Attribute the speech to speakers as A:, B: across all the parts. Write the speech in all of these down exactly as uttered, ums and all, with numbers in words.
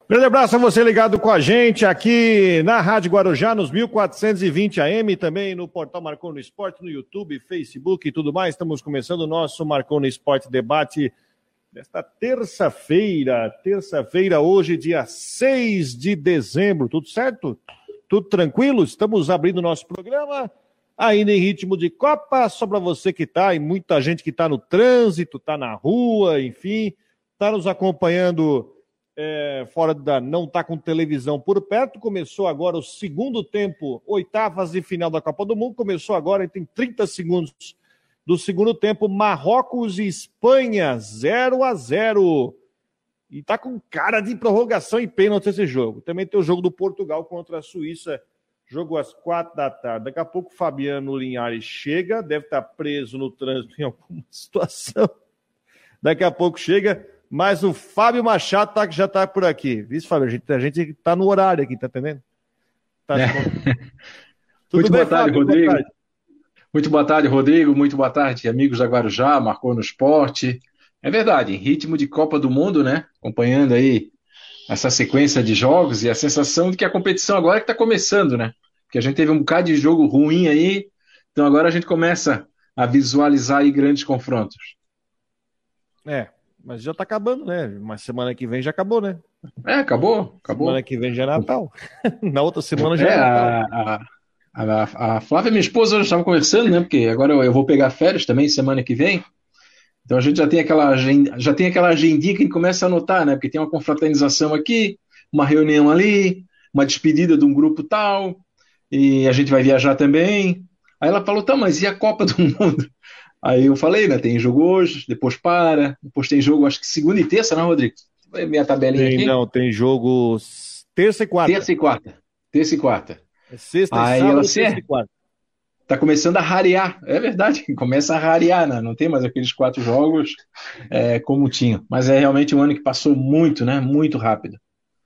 A: Grande abraço a você ligado com a gente aqui na Rádio Guarujá, nos mil quatrocentos e vinte A M, também no portal Marcou no Esporte, no YouTube, Facebook e tudo mais. Estamos começando o nosso Marcou no Esporte debate desta terça-feira. Terça-feira, hoje, dia seis de dezembro. Tudo certo? Tudo tranquilo? Estamos abrindo o nosso programa ainda em ritmo de Copa. Só para você que está, e muita gente que está no trânsito, está na rua, enfim, está nos acompanhando... É, fora da... não está com televisão por perto. Começou agora o segundo tempo, oitavas e final da Copa do Mundo. Começou agora e tem trinta segundos do segundo tempo. Marrocos e Espanha, zero a zero. E tá com cara de prorrogação e pênalti esse jogo. Também tem o jogo do Portugal contra a Suíça. Jogo às quatro da tarde. Daqui a pouco o Fabiano Linhares chega. Deve estar preso no trânsito em alguma situação. Daqui a pouco chega... Mas o Fábio Machado tá, já está por aqui. Viu, Fábio? A gente, a gente está no horário aqui, tá entendendo? Tá,
B: é.
A: Tudo
B: Muito
A: bem,
B: boa tarde,
A: Fábio?
B: Rodrigo.
A: Boa tarde.
B: Muito boa tarde, Rodrigo. Muito boa tarde, amigos da Guarujá, Marcou no Esporte. É verdade, em ritmo de Copa do Mundo, né? Acompanhando aí essa sequência de jogos e a sensação de que a competição agora é que está começando, né? Porque a gente teve um bocado de jogo ruim aí, então agora a gente começa a visualizar aí grandes confrontos.
A: É. Mas já tá acabando, né? Mas semana que vem já acabou, né?
B: É, acabou, acabou.
A: Semana que vem já é Natal. Na outra semana já
B: é,
A: é Natal.
B: A, a, a, a Flávia, minha esposa, hoje estava conversando, né? Porque agora eu, eu vou pegar férias também semana que vem. Então a gente já tem aquela agenda, já tem aquela agendinha que a gente começa a anotar, né? Porque tem uma confraternização aqui, uma reunião ali, uma despedida de um grupo tal, e a gente vai viajar também. Aí ela falou, tá, mas e a Copa do Mundo? Aí eu falei, né, tem jogo hoje, depois para, depois tem jogo, acho que segunda e terça, não, Rodrigo? Minha tabelinha
A: tem,
B: aqui?
A: Não, tem jogo terça e quarta.
B: Terça e quarta. Terça e quarta.
A: É sexta e
B: Aí
A: sábado,
B: ela,
A: terça
B: é,
A: e quarta.
B: tá começando a rarear. É verdade, começa a rarear, né? Não tem mais aqueles quatro jogos é, como tinha. Mas é realmente um ano que passou muito, né? Muito rápido.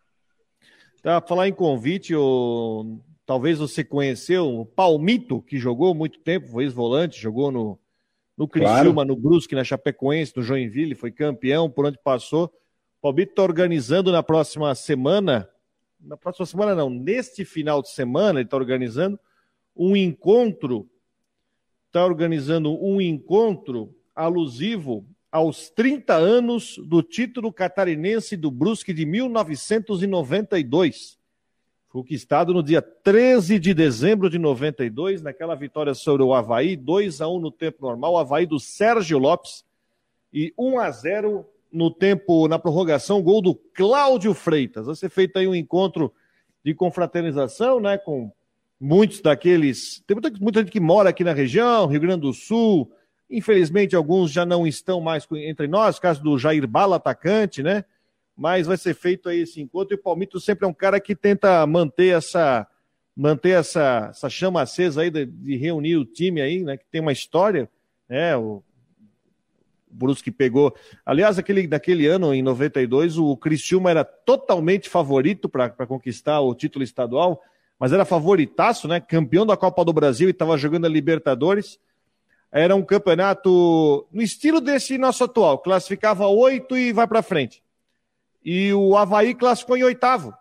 A: Tá, falar em convite, o... talvez você conheceu o Palmito, que jogou muito tempo, foi ex-volante, jogou no no Criciúma, claro. No Brusque, na Chapecoense, no Joinville, foi campeão por onde passou. O Palmito está organizando na próxima semana, na próxima semana não, neste final de semana ele está organizando um encontro, está organizando um encontro alusivo aos trinta anos do título catarinense do Brusque de mil novecentos e noventa e dois. Conquistado no dia treze de dezembro de noventa e dois, naquela vitória sobre o Avaí, dois a um no tempo normal, o Avaí do Sérgio Lopes, e um a zero no tempo, na prorrogação, gol do Cláudio Freitas. Vai ser feito aí um encontro de confraternização, né, com muitos daqueles... Tem muita, muita gente que mora aqui na região, Rio Grande do Sul, infelizmente alguns já não estão mais entre nós, caso do Jair Bala, atacante, né? Mas vai ser feito aí esse encontro, e o Palmito sempre é um cara que tenta manter essa, manter essa, essa chama acesa aí de, de reunir o time aí, né, que tem uma história, né, o Brusque pegou, aliás, aquele, naquele ano, em noventa e dois, o Criciúma era totalmente favorito para conquistar o título estadual, mas era favoritaço, né, campeão da Copa do Brasil e estava jogando a Libertadores. Era um campeonato no estilo desse nosso atual, classificava oito e vai para frente. E o Avaí classificou em oitavo.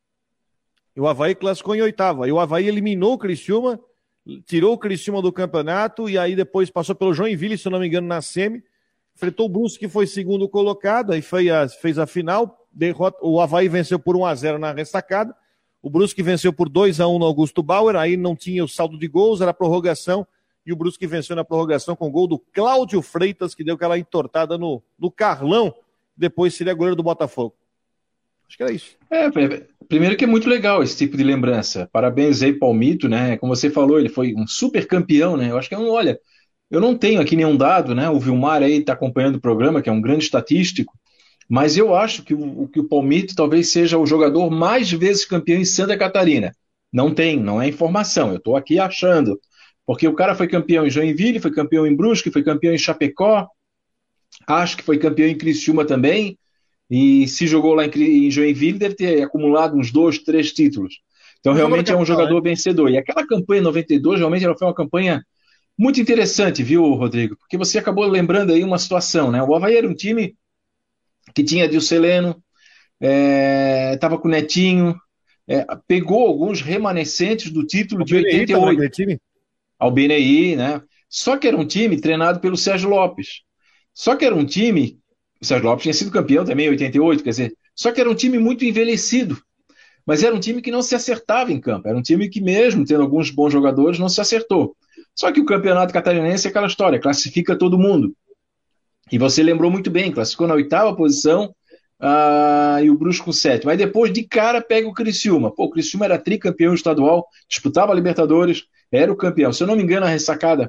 A: E o Avaí classificou em oitavo. E o Avaí eliminou o Criciúma, tirou o Criciúma do campeonato, e aí depois passou pelo Joinville, se eu não me engano, na semi. Enfrentou o Brusque, que foi segundo colocado, aí foi a, fez a final. Derrota, o Avaí venceu por um a zero na ressacada. O Brusque venceu por dois a um no Augusto Bauer, aí não tinha o saldo de gols, era prorrogação. E o Brusque venceu na prorrogação com o gol do Cláudio Freitas, que deu aquela entortada no, no Carlão. Depois seria goleiro do Botafogo. Acho que era isso.
B: É, primeiro que é muito legal esse tipo de lembrança. Parabéns aí, Palmito, né? Como você falou, ele foi um super campeão, né? Eu acho que é um, olha, eu não tenho aqui nenhum dado, né? O Vilmar aí está acompanhando o programa, que é um grande estatístico, mas eu acho que o, que o Palmito talvez seja o jogador mais vezes campeão em Santa Catarina. Não tem, não é informação, eu estou aqui achando. Porque o cara foi campeão em Joinville, foi campeão em Brusque, foi campeão em Chapecó, acho que foi campeão em Criciúma também, e se jogou lá em Joinville deve ter acumulado uns dois, três títulos. Então
A: Mas
B: realmente é um
A: capital,
B: jogador
A: né?
B: vencedor. E aquela campanha em noventa e dois, realmente ela foi uma campanha muito interessante, viu, Rodrigo? Porque você acabou lembrando aí uma situação, né? O Avaí era um time que tinha Dilceleno, estava é, com o Netinho, é, pegou alguns remanescentes do título
A: o
B: de oitenta e oito.
A: Time?
B: Albenei, né? Só que era um time treinado pelo Sérgio Lopes. Só que era um time, o Sérgio Lopes tinha sido campeão também em oitenta e oito, quer dizer, só que era um time muito envelhecido. Mas era um time que não se acertava em campo. Era um time que, mesmo tendo alguns bons jogadores, não se acertou. Só que o campeonato catarinense é aquela história, classifica todo mundo. E você lembrou muito bem, classificou na oitava posição, ah, e o Brusco com sete. Mas depois, de cara, pega o Criciúma. Pô, o Criciúma era tricampeão estadual, disputava a Libertadores, era o campeão. Se eu não me engano, a ressacada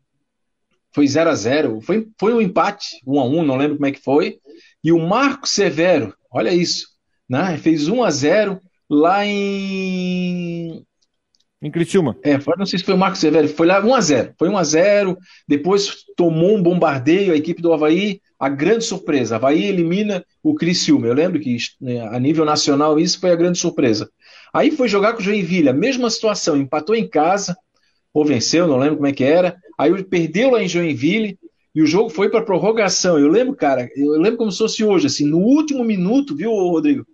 B: foi zero a zero. Foi, foi um empate, um a um, não lembro como é que foi. E o Marco Severo, olha isso, né? Fez um a zero lá em...
A: Em Criciúma.
B: É, não sei se foi o Marco Severo, foi lá um a zero. Foi um a zero, depois tomou um bombardeio a equipe do Avaí, a grande surpresa. Avaí elimina o Criciúma. Eu lembro que né, a nível nacional isso foi a grande surpresa. Aí foi jogar com o Joinville, a mesma situação, empatou em casa, ou venceu, não lembro como é que era. Aí perdeu lá em Joinville e o jogo foi para prorrogação. Eu lembro, cara, eu lembro como se fosse hoje, assim, no último minuto, viu, Rodrigo?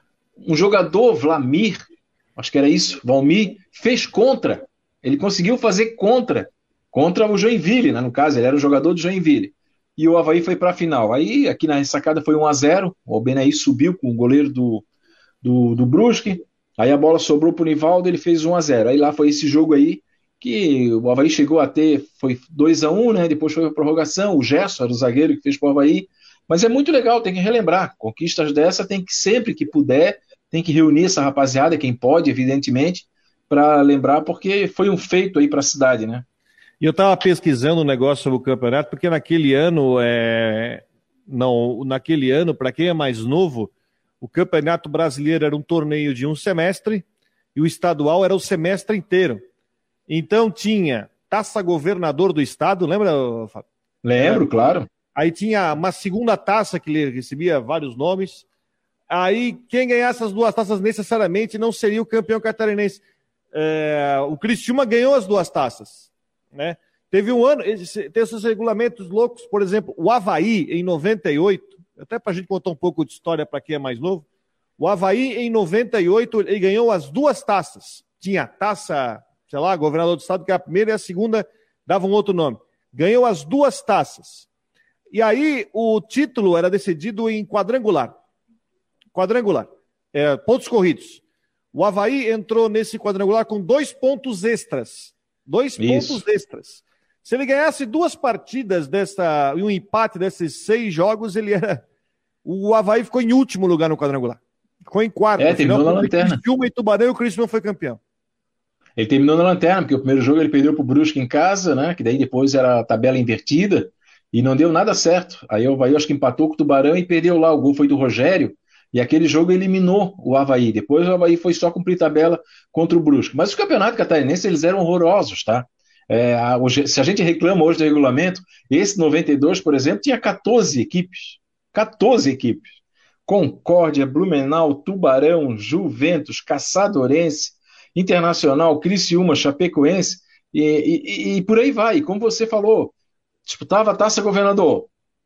B: Um jogador, Vlamir, acho que era isso, Valmir, fez contra. Ele conseguiu fazer contra, contra o Joinville, né? No caso, ele era o jogador do Joinville. E o Avaí foi para a final. Aí, aqui na ressacada foi um a zero, o Albenei subiu com o goleiro do, do, do Brusque, aí a bola sobrou para o Nivaldo, ele fez um a zero. Aí lá foi esse jogo aí, que o Avaí chegou a ter, foi dois a um, né? Depois foi a prorrogação, o Gerson era o zagueiro que fez para o Avaí. Mas é muito legal, tem que relembrar. Conquistas dessa tem que, sempre que puder, tem que reunir essa rapaziada, quem pode, evidentemente, para lembrar, porque foi um feito aí para a cidade, né?
A: E eu estava pesquisando um negócio sobre o campeonato, porque naquele ano, é... não, naquele ano, para quem é mais novo, o Campeonato Brasileiro era um torneio de um semestre e o estadual era o semestre inteiro. Então tinha Taça Governador do Estado, lembra, Fábio?
B: Lembro, era... claro.
A: Aí tinha uma segunda taça que recebia vários nomes. Aí quem ganhasse as duas taças necessariamente não seria o campeão catarinense. É... O Criciúma ganhou as duas taças, né? Teve um ano, tem esses regulamentos loucos, por exemplo, o Avaí em noventa e oito, até para a gente contar um pouco de história para quem é mais novo, o Avaí em noventa e oito ele ganhou as duas taças. Tinha a taça, sei lá, governador do estado, que a primeira e a segunda davam outro nome. Ganhou as duas taças. E aí o título era decidido em quadrangular. Quadrangular. É, pontos corridos. O Avaí entrou nesse quadrangular com dois pontos extras. Dois Isso. pontos extras. Se ele ganhasse duas partidas dessa, e um empate desses seis jogos, ele era. O Avaí ficou em último lugar no quadrangular. Ficou em quarto.
B: É, terminou na lanterna.
A: Criciúma e Tubarão e o Criciúma foi campeão.
B: Ele terminou na lanterna, porque o primeiro jogo ele perdeu pro Brusque em casa, né? Que daí depois era a tabela invertida e não deu nada certo. Aí o Avaí acho que empatou com o Tubarão e perdeu lá. O gol foi do Rogério. E aquele jogo eliminou o Avaí. Depois o Avaí foi só cumprir tabela contra o Brusque. Mas os campeonatos catarinenses eles eram horrorosos, tá? É, a, hoje, se a gente reclama hoje do regulamento, esse noventa e dois, por exemplo, tinha quatorze equipes. quatorze equipes. Concórdia, Blumenau, Tubarão, Juventus, Caçadorense, Internacional, Criciúma, Chapecoense e, e, e por aí vai. E como você falou, disputava a Taça Governador,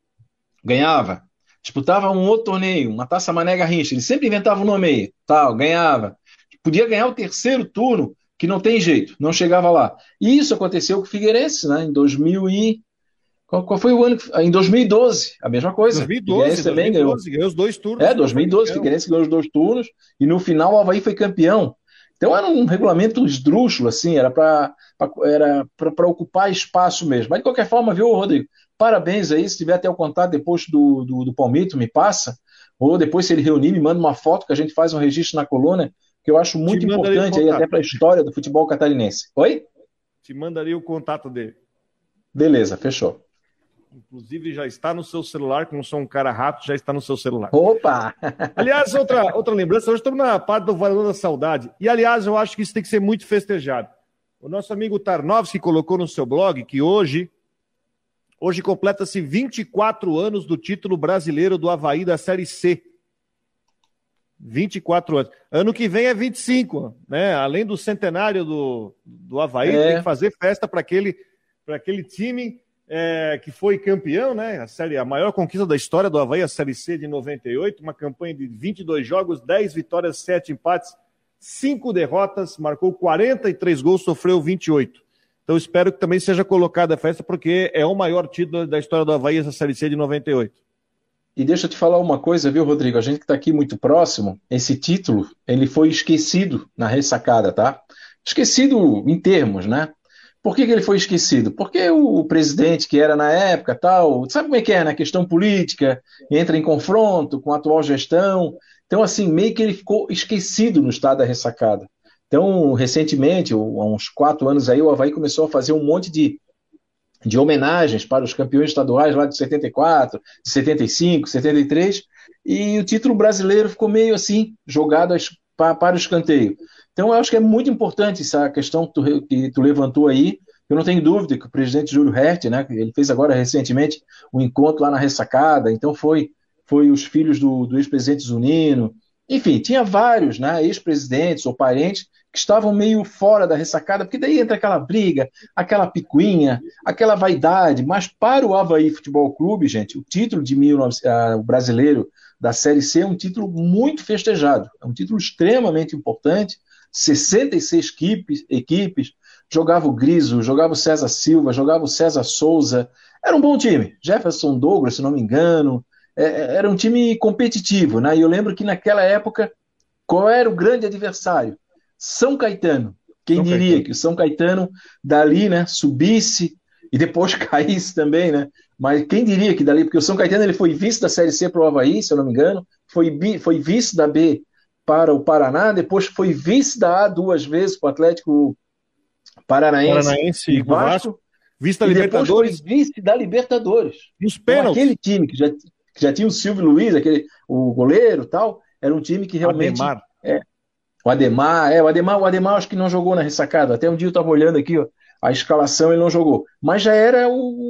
B: ganhava. Disputava um outro torneio, uma Taça Mané Garrincha, ele sempre inventava um nome aí, tal, ganhava. Podia ganhar o terceiro turno, que não tem jeito, não chegava lá. E isso aconteceu com o Figueirense, né, em dois mil e... Qual, qual foi o ano? Em dois mil e doze, a mesma coisa.
A: dois mil e doze, Figueirense também dois mil e doze, ganhou. ganhou os dois turnos.
B: É, dois mil e doze, o Figueirense ganhou os dois turnos, e no final o Avaí foi campeão. Então era um regulamento esdrúxulo, assim, era para era para ocupar espaço mesmo. Mas de qualquer forma, viu, Rodrigo? Parabéns aí, se tiver até o contato depois do, do, do Palmito, me passa, ou depois se ele reunir, me manda uma foto que a gente faz um registro na coluna, que eu acho muito importante aí até para a história do futebol catarinense. Oi?
A: Te mandaria o contato dele.
B: Beleza, fechou.
A: Inclusive já está no seu celular, como sou um cara rato, já está no seu celular.
B: Opa!
A: Aliás, outra, outra lembrança, hoje estamos na parte do Valor da Saudade, e aliás, eu acho que isso tem que ser muito festejado. O nosso amigo Tarnowski colocou no seu blog que hoje, hoje completa-se vinte e quatro anos do título brasileiro do Avaí da Série C. vinte e quatro anos. Ano que vem é vinte e cinco, né? Além do centenário do, do Avaí, é. Tem que fazer festa para aquele, para aquele time é, que foi campeão, né? A, série, a maior conquista da história do Avaí, a Série C de noventa e oito, uma campanha de vinte e dois jogos, dez vitórias, sete empates, cinco derrotas, marcou quarenta e três gols, sofreu vinte e oito. Então espero que também seja colocada a festa, porque é o maior título da história do Avaí, essa Série C de noventa e oito.
B: E deixa eu te falar uma coisa, viu, Rodrigo? A gente que está aqui muito próximo, esse título, ele foi esquecido na ressacada, tá? Esquecido em termos, né? Por que que ele foi esquecido? Porque o presidente que era na época, tal, sabe como é que é, né? Questão política, entra em confronto com a atual gestão. Então, assim, meio que ele ficou esquecido no estado da ressacada. Então, recentemente, há uns quatro anos aí, o Avaí começou a fazer um monte de de homenagens para os campeões estaduais lá de setenta e quatro, de setenta e cinco, setenta e três, e o título brasileiro ficou meio assim, jogado para o escanteio. Então eu acho que é muito importante essa questão que tu, que tu levantou aí. Eu não tenho dúvida que o presidente Júlio Herth, né, ele fez agora recentemente um encontro lá na ressacada, então foi, foi os filhos do, do ex-presidente Zunino, enfim, tinha vários, né, ex-presidentes ou parentes que estavam meio fora da ressacada, porque daí entra aquela briga, aquela picuinha, aquela vaidade, mas para o Avaí Futebol Clube, gente, o título de mil e novecentos, uh, o brasileiro da Série C é um título muito festejado, é um título extremamente importante, sessenta e seis equipes, equipes, jogava o Griso, jogava o César Silva, jogava o César Souza, era um bom time, Jefferson Douglas, se não me engano, é, era um time competitivo, né? E eu lembro que naquela época, qual era o grande adversário? São Caetano. Quem São diria Caetano. Que o São Caetano dali, né, subisse e depois caísse também, né? Mas quem diria que dali, porque o São Caetano ele foi vice da Série C para o Avaí, se eu não me engano, foi, foi vice da B para o Paraná, depois foi vice da A duas vezes para o Atlético Paranaense,
A: Paranaense e Vasco, Vasco, vice da
B: e
A: Libertadores,
B: depois foi vice da Libertadores.
A: E os pênaltis.
B: Então, aquele time que já, que já tinha o Silvio Luiz, aquele, o goleiro, tal, era um time que realmente
A: Ademar.
B: É, O Ademar, é, o Ademar, o Ademar acho que não jogou na ressacada. Até um dia eu estava olhando aqui, ó, a escalação ele não jogou. Mas já era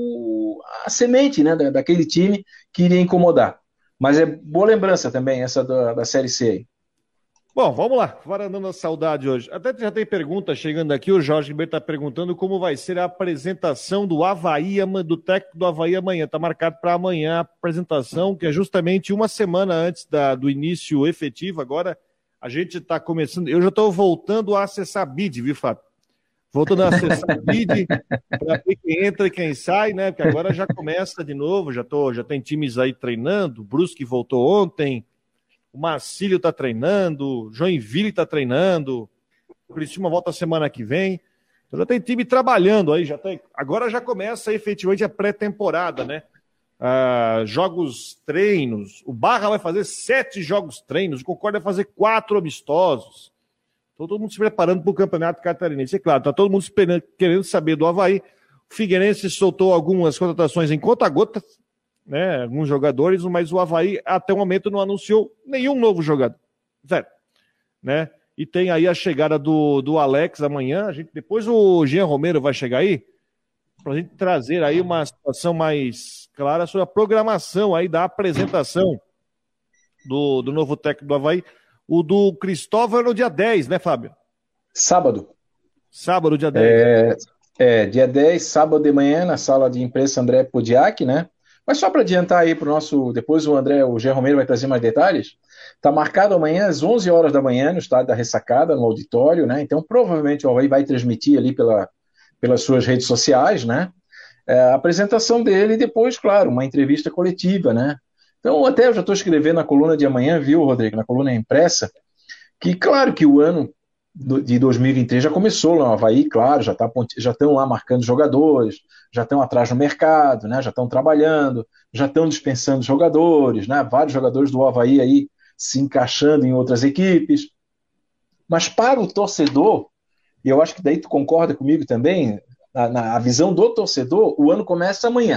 B: o, a semente, né, da, daquele time que iria incomodar. Mas é boa lembrança também essa da, da Série C aí.
A: Bom, vamos lá, varandando a saudade hoje. Até já tem pergunta chegando aqui, o Jorge Ribeiro está perguntando como vai ser a apresentação do Avaí, do técnico do Avaí amanhã. Está marcado para amanhã a apresentação, que é justamente uma semana antes da, do início efetivo. Agora a gente está começando, eu já estou voltando a acessar a B I D, viu, Fábio? Voltando a acessar a B I D, para ver quem entra e quem sai, né? Porque agora já começa de novo, já, tô, já tem times aí treinando, o Brusque voltou ontem, o Marcílio está treinando, o Joinville está treinando, o Criciúma volta semana que vem, então já tem time trabalhando aí, já tem, agora já começa efetivamente a pré-temporada, né? Uh, jogos treinos, o Barra vai fazer sete jogos treinos, o Concórdia vai fazer quatro amistosos, então todo mundo se preparando para o Campeonato Catarinense, é claro, está todo mundo esperando, querendo saber do Avaí. O Figueirense soltou algumas contratações em conta-gotas, né, alguns jogadores, mas o Avaí até o momento não anunciou nenhum novo jogador, zero, né, e tem aí a chegada do, do Alex amanhã, a gente, depois o Jean Romero vai chegar aí, para a gente trazer aí uma situação mais clara sobre a programação aí da apresentação do, do novo técnico do Avaí. O do Cristóvão é no dia dez, né, Fábio?
B: Sábado.
A: Sábado, dia dez.
B: É, é dia dez, sábado de manhã, na sala de imprensa André Podiak, né? Mas só para adiantar aí para o nosso... Depois o André, o Jean Romero vai trazer mais detalhes. Está marcado amanhã às onze horas da manhã no estádio da Ressacada, no auditório, né? Então provavelmente o Avaí vai transmitir ali pela... pelas suas redes sociais, né? É, a apresentação dele e depois, claro, uma entrevista coletiva, né? Então, até eu já estou escrevendo na coluna de amanhã, viu, Rodrigo, na coluna impressa, que, claro, que o ano de dois mil e vinte e três já começou lá no Avaí, claro, já tá, já estão lá marcando jogadores, já estão atrás no mercado, né? Já estão trabalhando, já estão dispensando jogadores, né? Vários jogadores do Avaí aí se encaixando em outras equipes. Mas para o torcedor, e eu acho que daí tu concorda comigo também, na, na visão do torcedor, o ano começa amanhã.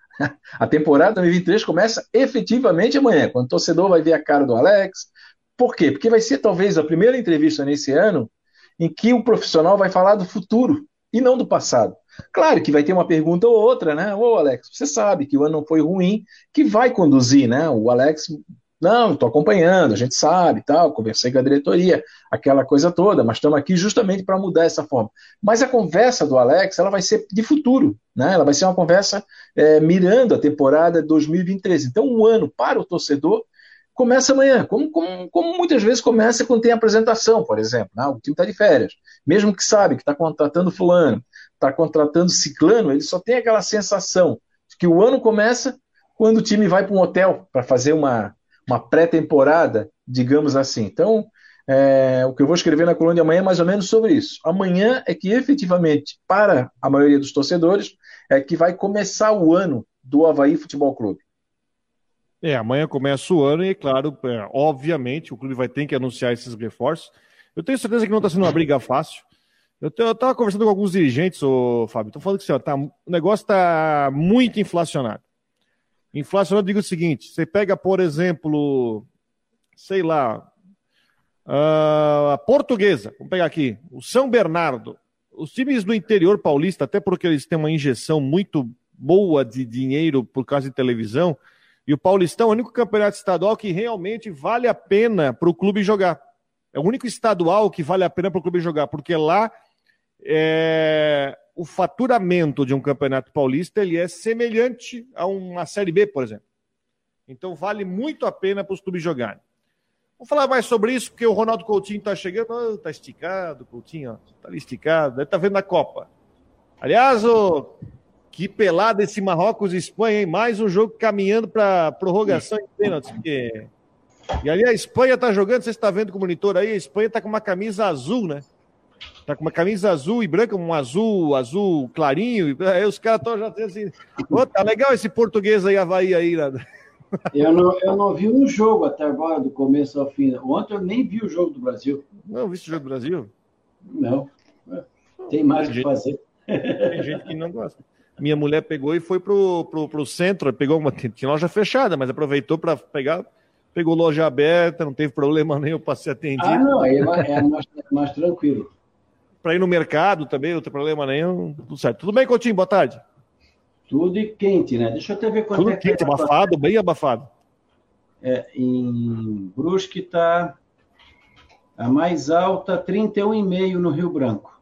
B: A temporada dois mil e vinte e três começa efetivamente amanhã, quando o torcedor vai ver a cara do Alex. Por quê? Porque vai ser talvez a primeira entrevista nesse ano em que o profissional vai falar do futuro e não do passado. Claro que vai ter uma pergunta ou outra, né? Ô Alex, você sabe que o ano não foi ruim, que vai conduzir, né? O Alex Não, estou acompanhando, a gente sabe, tal, conversei com a diretoria, aquela coisa toda, mas estamos aqui justamente para mudar essa forma. Mas a conversa do Alex, ela vai ser de futuro, né? Ela vai ser uma conversa é, mirando a temporada dois mil e vinte e três. Então, um ano para o torcedor começa amanhã, como, como, como muitas vezes começa quando tem apresentação, por exemplo, né? O time está de férias, mesmo que sabe que está contratando fulano, está contratando ciclano, ele só tem aquela sensação de que o ano começa quando o time vai para um hotel para fazer uma uma pré-temporada, digamos assim. Então, é, o que eu vou escrever na coluna de amanhã é mais ou menos sobre isso. Amanhã é que, efetivamente, para a maioria dos torcedores, é que vai começar o ano do Avaí Futebol Clube.
A: É, amanhã começa o ano e, claro, é, obviamente, o clube vai ter que anunciar esses reforços. Eu tenho certeza que não está sendo uma briga fácil. Eu estava conversando com alguns dirigentes, ô, Fábio, estou falando que assim, ó, tá, o negócio está muito inflacionado. Inflacionado, eu digo o seguinte, você pega, por exemplo, sei lá, a Portuguesa, vamos pegar aqui, o São Bernardo, os times do interior paulista, até porque eles têm uma injeção muito boa de dinheiro por causa de televisão, e o Paulistão é o único campeonato estadual que realmente vale a pena para o clube jogar. É o único estadual que vale a pena para o clube jogar, porque lá é... o faturamento de um campeonato paulista ele é semelhante a uma Série B, por exemplo. Então vale muito a pena para os clubes jogarem. Vamos falar mais sobre isso, porque o Ronaldo Coutinho está chegando. Está oh, esticado, Coutinho, está ali esticado, deve estar tá vendo a Copa. Aliás, oh, que pelada esse Marrocos e Espanha, hein? Mais um jogo caminhando para prorrogação em pênaltis. Porque... E ali a Espanha está jogando, você está vendo com o monitor aí, a Espanha está com uma camisa azul, né? Tá com uma camisa azul e branca, um azul, azul clarinho, e aí os caras estão já assim, oh, tá legal esse português aí, Avaí aí, né?
C: Eu não, eu não vi um jogo até agora, do começo ao fim. Ontem eu nem vi o jogo do Brasil.
A: Não, vi o jogo do Brasil?
C: Não. Tem mais o que fazer.
A: Tem gente que não gosta. Minha mulher pegou e foi pro, pro, pro centro, pegou uma, tinha loja fechada, mas aproveitou para pegar, pegou loja aberta, não teve problema nenhum para ser atendido.
C: Ah, não, aí é mais, mais tranquilo.
A: Para ir no mercado também, não tem problema nenhum, tudo certo. Tudo bem, Coutinho? Boa tarde.
C: Tudo e quente, né? Deixa eu até ver quanto
A: tudo
C: é que
A: quente,
C: é.
A: abafado, bem abafado.
C: É, em Brusque está a mais alta, trinta e um vírgula cinco no Rio Branco.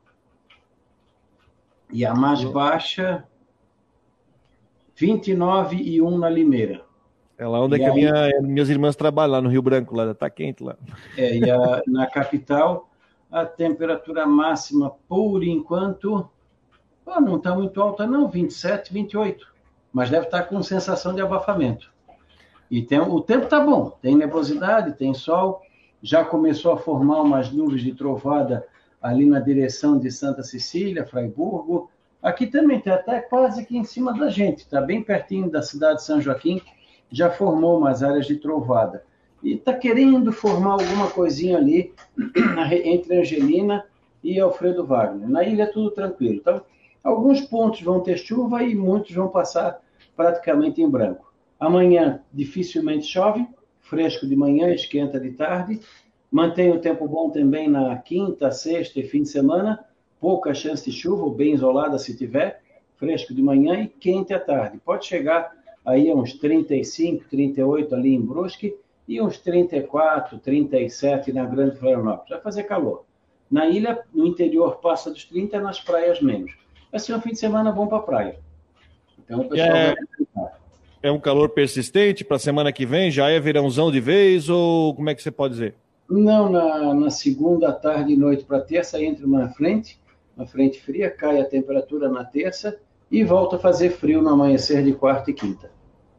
C: E a mais baixa, vinte e nove vírgula um na Limeira.
A: É lá onde é que aí, minha, minhas irmãs trabalham, lá no Rio Branco, lá está quente lá.
C: É, e a, na capital, a temperatura máxima, por enquanto, oh, não está muito alta não, vinte e sete, vinte e oito. Mas deve estar com sensação de abafamento. E tem, o tempo está bom, tem nebulosidade, tem sol, já começou a formar umas nuvens de trovada ali na direção de Santa Cecília, Fraiburgo. Aqui também está até quase aqui em cima da gente, está bem pertinho da cidade de São Joaquim, já formou umas áreas de trovada. E está querendo formar alguma coisinha ali entre Angelina e Alfredo Wagner. Na ilha é tudo tranquilo. Então, alguns pontos vão ter chuva e muitos vão passar praticamente em branco. Amanhã dificilmente chove, fresco de manhã, esquenta de tarde. Mantém o tempo bom também na quinta, sexta e fim de semana. Pouca chance de chuva, ou bem isolada se tiver. Fresco de manhã e quente à tarde. Pode chegar aí a uns trinta e cinco, trinta e oito ali em Brusque e uns trinta e quatro, trinta e sete na Grande Florianópolis. Vai fazer calor. Na ilha, no interior, passa dos trinta, nas praias menos. Vai ser um fim de semana bom para a praia. Então o pessoal
A: é...
C: vai aproveitar.
A: É um calor persistente para a semana que vem? Já é verãozão de vez ou como é que você pode dizer?
C: Não, na, na segunda, tarde e noite para terça entra uma frente, uma frente fria, cai a temperatura na terça e volta a fazer frio no amanhecer de quarta e quinta.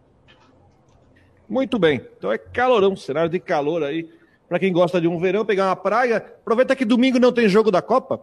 A: Muito bem, então é calorão, cenário de calor aí. Para quem gosta de um verão, pegar uma praia, aproveita que domingo não tem jogo da Copa.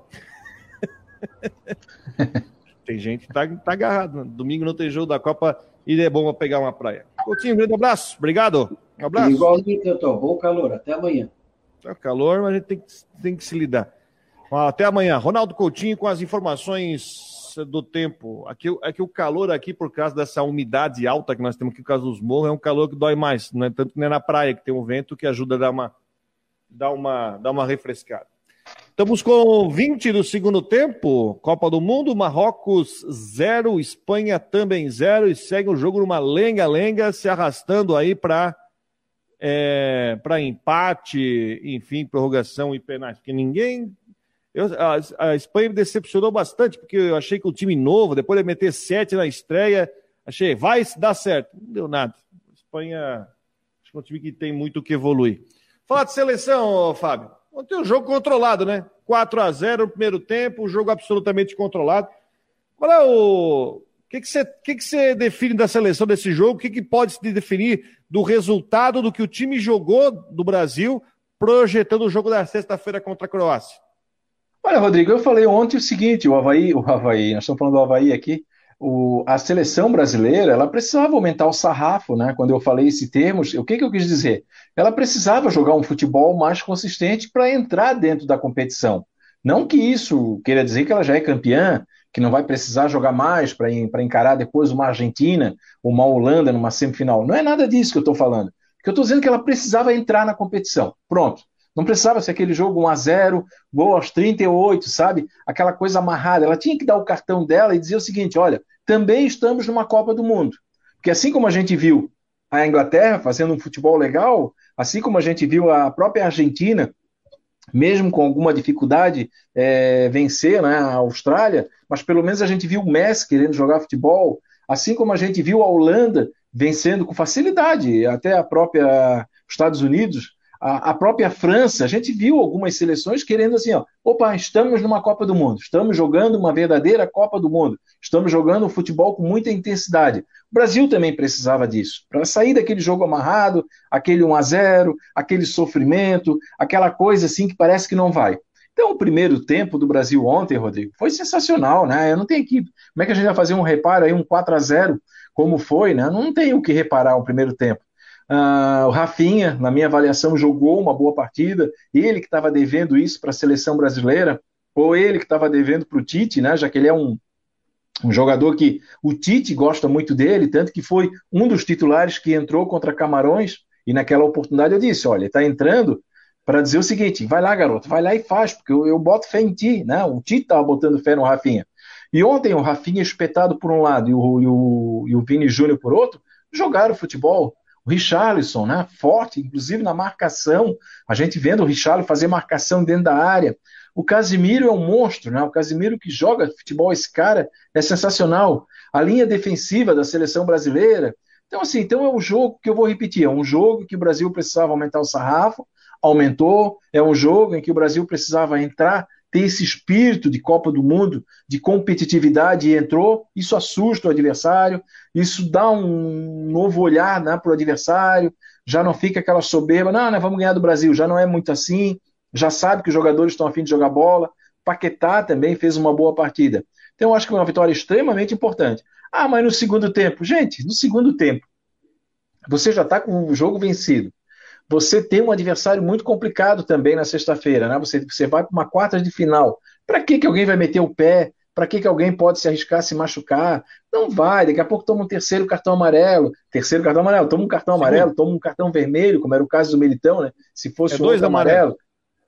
A: Tem gente que tá, tá agarrado, né? Domingo não tem jogo da Copa e é bom pra pegar uma praia. Coutinho, um grande abraço, obrigado. Um abraço.
C: Igualmente, eu tô. Bom calor, até amanhã.
A: Tá calor, mas a gente tem que, tem que se lidar. Até amanhã. Ronaldo Coutinho com as informações do tempo. Aqui, aqui o calor aqui, por causa dessa umidade alta que nós temos aqui por causa dos morros, é um calor que dói mais. Não é tanto que nem na praia, que tem um vento que ajuda a dar uma, dar uma, dar uma refrescada. Estamos com vinte do segundo tempo, Copa do Mundo, Marrocos zero, Espanha também zero, e segue o jogo numa lenga-lenga, se arrastando aí para é, para empate, enfim, prorrogação e penais, porque ninguém... Eu, a, a Espanha me decepcionou bastante, porque eu achei que o time novo, depois de meter sete na estreia, achei, vai dar certo. Não deu nada. A Espanha, acho que é um time que tem muito o que evoluir. Falar de seleção, Fábio. Ontem um jogo controlado, né? quatro a zero no primeiro tempo, um jogo absolutamente controlado. Qual é o... O que, que, você, que, que você define da seleção desse jogo? O que, que pode se definir do resultado do que o time jogou do Brasil, projetando o jogo da sexta-feira contra a Croácia?
B: Olha, Rodrigo, eu falei ontem o seguinte, o Avaí, o Avaí, nós estamos falando do Avaí aqui, o, a seleção brasileira, ela precisava aumentar o sarrafo, né? Quando eu falei esse termo, o que, que eu quis dizer? Ela precisava jogar um futebol mais consistente para entrar dentro da competição. Não que isso queira dizer que ela já é campeã, que não vai precisar jogar mais para encarar depois uma Argentina, uma Holanda numa semifinal. Não é nada disso que eu estou falando. Eu estou dizendo que ela precisava entrar na competição. Pronto. Não precisava ser aquele jogo um a zero, gol aos trinta e oito, sabe? Aquela coisa amarrada. Ela tinha que dar o cartão dela e dizer o seguinte, olha, também estamos numa Copa do Mundo. Porque assim como a gente viu a Inglaterra fazendo um futebol legal, assim como a gente viu a própria Argentina, mesmo com alguma dificuldade, é, vencer, né, a Austrália, mas pelo menos a gente viu o Messi querendo jogar futebol, assim como a gente viu a Holanda vencendo com facilidade, até a própria Estados Unidos, a, a própria França, a gente viu algumas seleções querendo assim, ó, opa, estamos numa Copa do Mundo, estamos jogando uma verdadeira Copa do Mundo, estamos jogando um futebol com muita intensidade. O Brasil também precisava disso, para sair daquele jogo amarrado, aquele um a zero, aquele sofrimento, aquela coisa assim que parece que não vai. Então, o primeiro tempo do Brasil ontem, Rodrigo, foi sensacional, né? Eu não tenho aqui, como é que a gente vai fazer um reparo aí, um quatro a zero, como foi, né? Não tenho o que reparar o primeiro tempo. Uh, o Rafinha, na minha avaliação, jogou uma boa partida, ele que estava devendo isso para a seleção brasileira, ou ele que estava devendo para o Tite, né? Já que ele é um, um jogador que o Tite gosta muito dele, tanto que foi um dos titulares que entrou contra Camarões, e naquela oportunidade eu disse, olha, ele está entrando para dizer o seguinte, vai lá, garoto, vai lá e faz, porque eu, eu boto fé em ti, né? O Tite estava botando fé no Rafinha. E ontem o Rafinha espetado por um lado e o, e o, e o Vini Júnior por outro, jogaram futebol. O Richarlison, né, forte, inclusive na marcação, a gente vendo o Richarlison fazer marcação dentro da área. O Casemiro é um monstro, né? O Casemiro que joga futebol, esse cara é sensacional. A linha defensiva da seleção brasileira. Então, assim, então é um jogo que eu vou repetir, é um jogo que o Brasil precisava aumentar o sarrafo, aumentou, é um jogo em que o Brasil precisava entrar, ter esse espírito de Copa do Mundo, de competitividade, e entrou, isso assusta o adversário, isso dá um novo olhar, né, para o adversário, já não fica aquela soberba, não, nós vamos ganhar do Brasil, já não é muito assim, já sabe que os jogadores estão a fim de jogar bola, Paquetá também fez uma boa partida. Então eu acho que foi uma vitória extremamente importante. Ah, mas no segundo tempo, gente, no segundo tempo, você já está com o jogo vencido, você tem um adversário muito complicado também na sexta-feira, né? Você, você vai para uma quarta de final. Para que, que alguém vai meter o pé? Para que, que alguém pode se arriscar, se machucar? Não vai, daqui a pouco toma um terceiro cartão amarelo. Terceiro cartão amarelo, toma um cartão amarelo, Sim. toma um cartão vermelho, como era o caso do Militão, né? Se fosse
A: é dois
B: outro amarelo.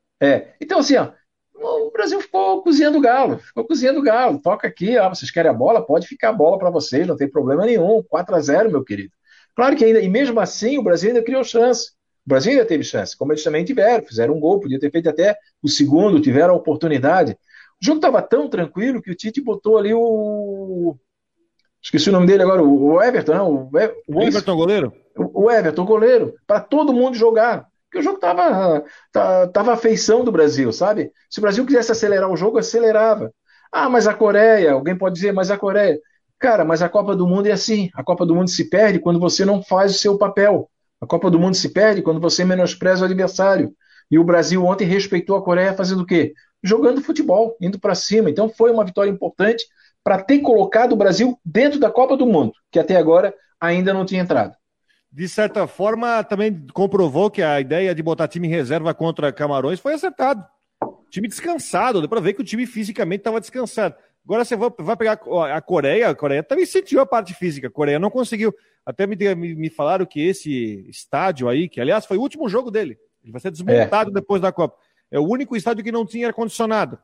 B: É. Então, assim, ó, o Brasil ficou cozinhando galo, ficou cozinhando galo. Toca aqui, ó, vocês querem a bola? Pode ficar a bola para vocês, não tem problema nenhum. quatro a zero, meu querido. Claro que ainda, e mesmo assim, o Brasil ainda criou chance. O Brasil ainda teve chance, como eles também tiveram, fizeram um gol, podia ter feito até o segundo, tiveram a oportunidade. O jogo estava tão tranquilo que o Tite botou ali o... Esqueci o nome dele agora, o Everton, não? O, e...
A: o Everton goleiro?
B: O Everton goleiro, para todo mundo jogar. Porque o jogo estava tava a feição do Brasil, sabe? Se o Brasil quisesse acelerar o jogo, acelerava. Ah, mas a Coreia, alguém pode dizer, mas a Coreia... Cara, mas a Copa do Mundo é assim, a Copa do Mundo se perde quando você não faz o seu papel. A Copa do Mundo se perde quando você menospreza o adversário. E o Brasil ontem respeitou a Coreia fazendo o quê? Jogando futebol, indo para cima. Então foi uma vitória importante para ter colocado o Brasil dentro da Copa do Mundo, que até agora ainda não tinha entrado.
A: De certa forma, também comprovou que a ideia de botar time em reserva contra Camarões foi acertado. Time descansado, deu para ver que o time fisicamente estava descansado. Agora você vai pegar a Coreia, a Coreia também sentiu a parte física, a Coreia não conseguiu. Até me, me, me falaram que esse estádio aí, que aliás foi o último jogo dele, ele vai ser desmontado é. depois da Copa. É o único estádio que não tinha ar-condicionado.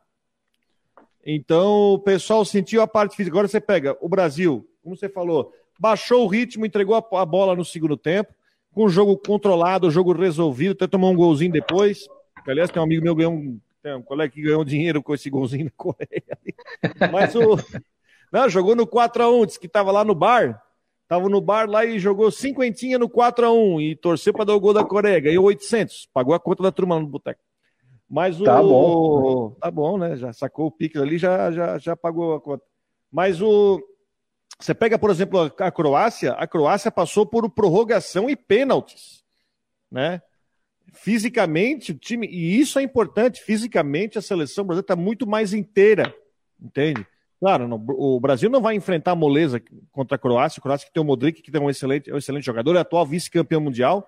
A: Então o pessoal sentiu a parte física. Agora você pega o Brasil, como você falou, baixou o ritmo, entregou a, a bola no segundo tempo, com o jogo controlado, o jogo resolvido, até tomou um golzinho depois. Aliás, tem um amigo meu que ganhou um, tem um colega que ganhou dinheiro com esse golzinho na Coreia. Mas o... Não, jogou no quatro a um, disse que estava lá no bar, estava no bar lá e jogou cinquentinha no quatro a um e torceu para dar o gol da Coreia, ganhou oitocentos, pagou a conta da turma no boteco. Mas o...
B: Tá bom.
A: Tá bom, né? Já sacou o Pix ali, já, já, já pagou a conta. Mas o... Você pega, por exemplo, a Croácia, a Croácia passou por prorrogação e pênaltis, né? Fisicamente, o time, e isso é importante, fisicamente a seleção brasileira está muito mais inteira, entende? Claro, no, o Brasil não vai enfrentar a moleza contra a Croácia, a Croácia que tem o Modric, que tem um excelente, um excelente jogador, é atual vice-campeão mundial,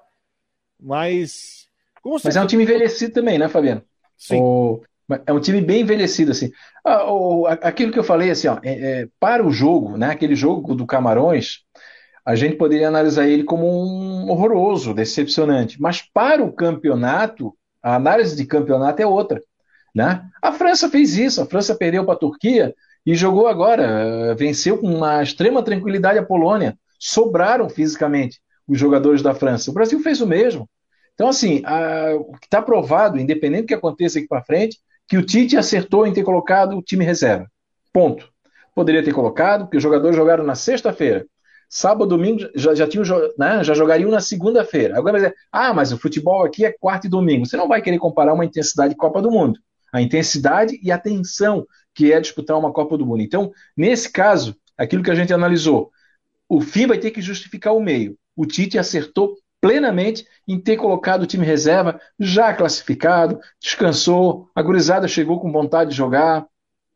A: mas...
B: Como você mas é um time envelhecido também, né, Fabiano?
A: Sim.
B: O... É um time bem envelhecido, assim. Ah, o, aquilo que eu falei, assim, ó, é, é, para o jogo, né, aquele jogo do Camarões, a gente poderia analisar ele como um horroroso, decepcionante. Mas para o campeonato, a análise de campeonato é outra, né? A França fez isso, a França perdeu para a Turquia e jogou agora, venceu com uma extrema tranquilidade a Polônia. Sobraram fisicamente os jogadores da França. O Brasil fez o mesmo. Então, assim, a, o que está provado, independente do que aconteça aqui para frente, que o Tite acertou em ter colocado o time reserva. Ponto. Poderia ter colocado, porque os jogadores jogaram na sexta-feira. Sábado, domingo, já, já, tinham, né, já jogariam na segunda-feira. Agora vai dizer, ah, mas o futebol aqui é quarta e domingo. Você não vai querer comparar uma intensidade de Copa do Mundo. A intensidade e a tensão que é disputar uma Copa do Mundo. Então, nesse caso, aquilo que a gente analisou, o fim vai ter que justificar o meio. O Tite acertou plenamente em ter colocado o time reserva já classificado, descansou, a gurizada chegou com vontade de jogar,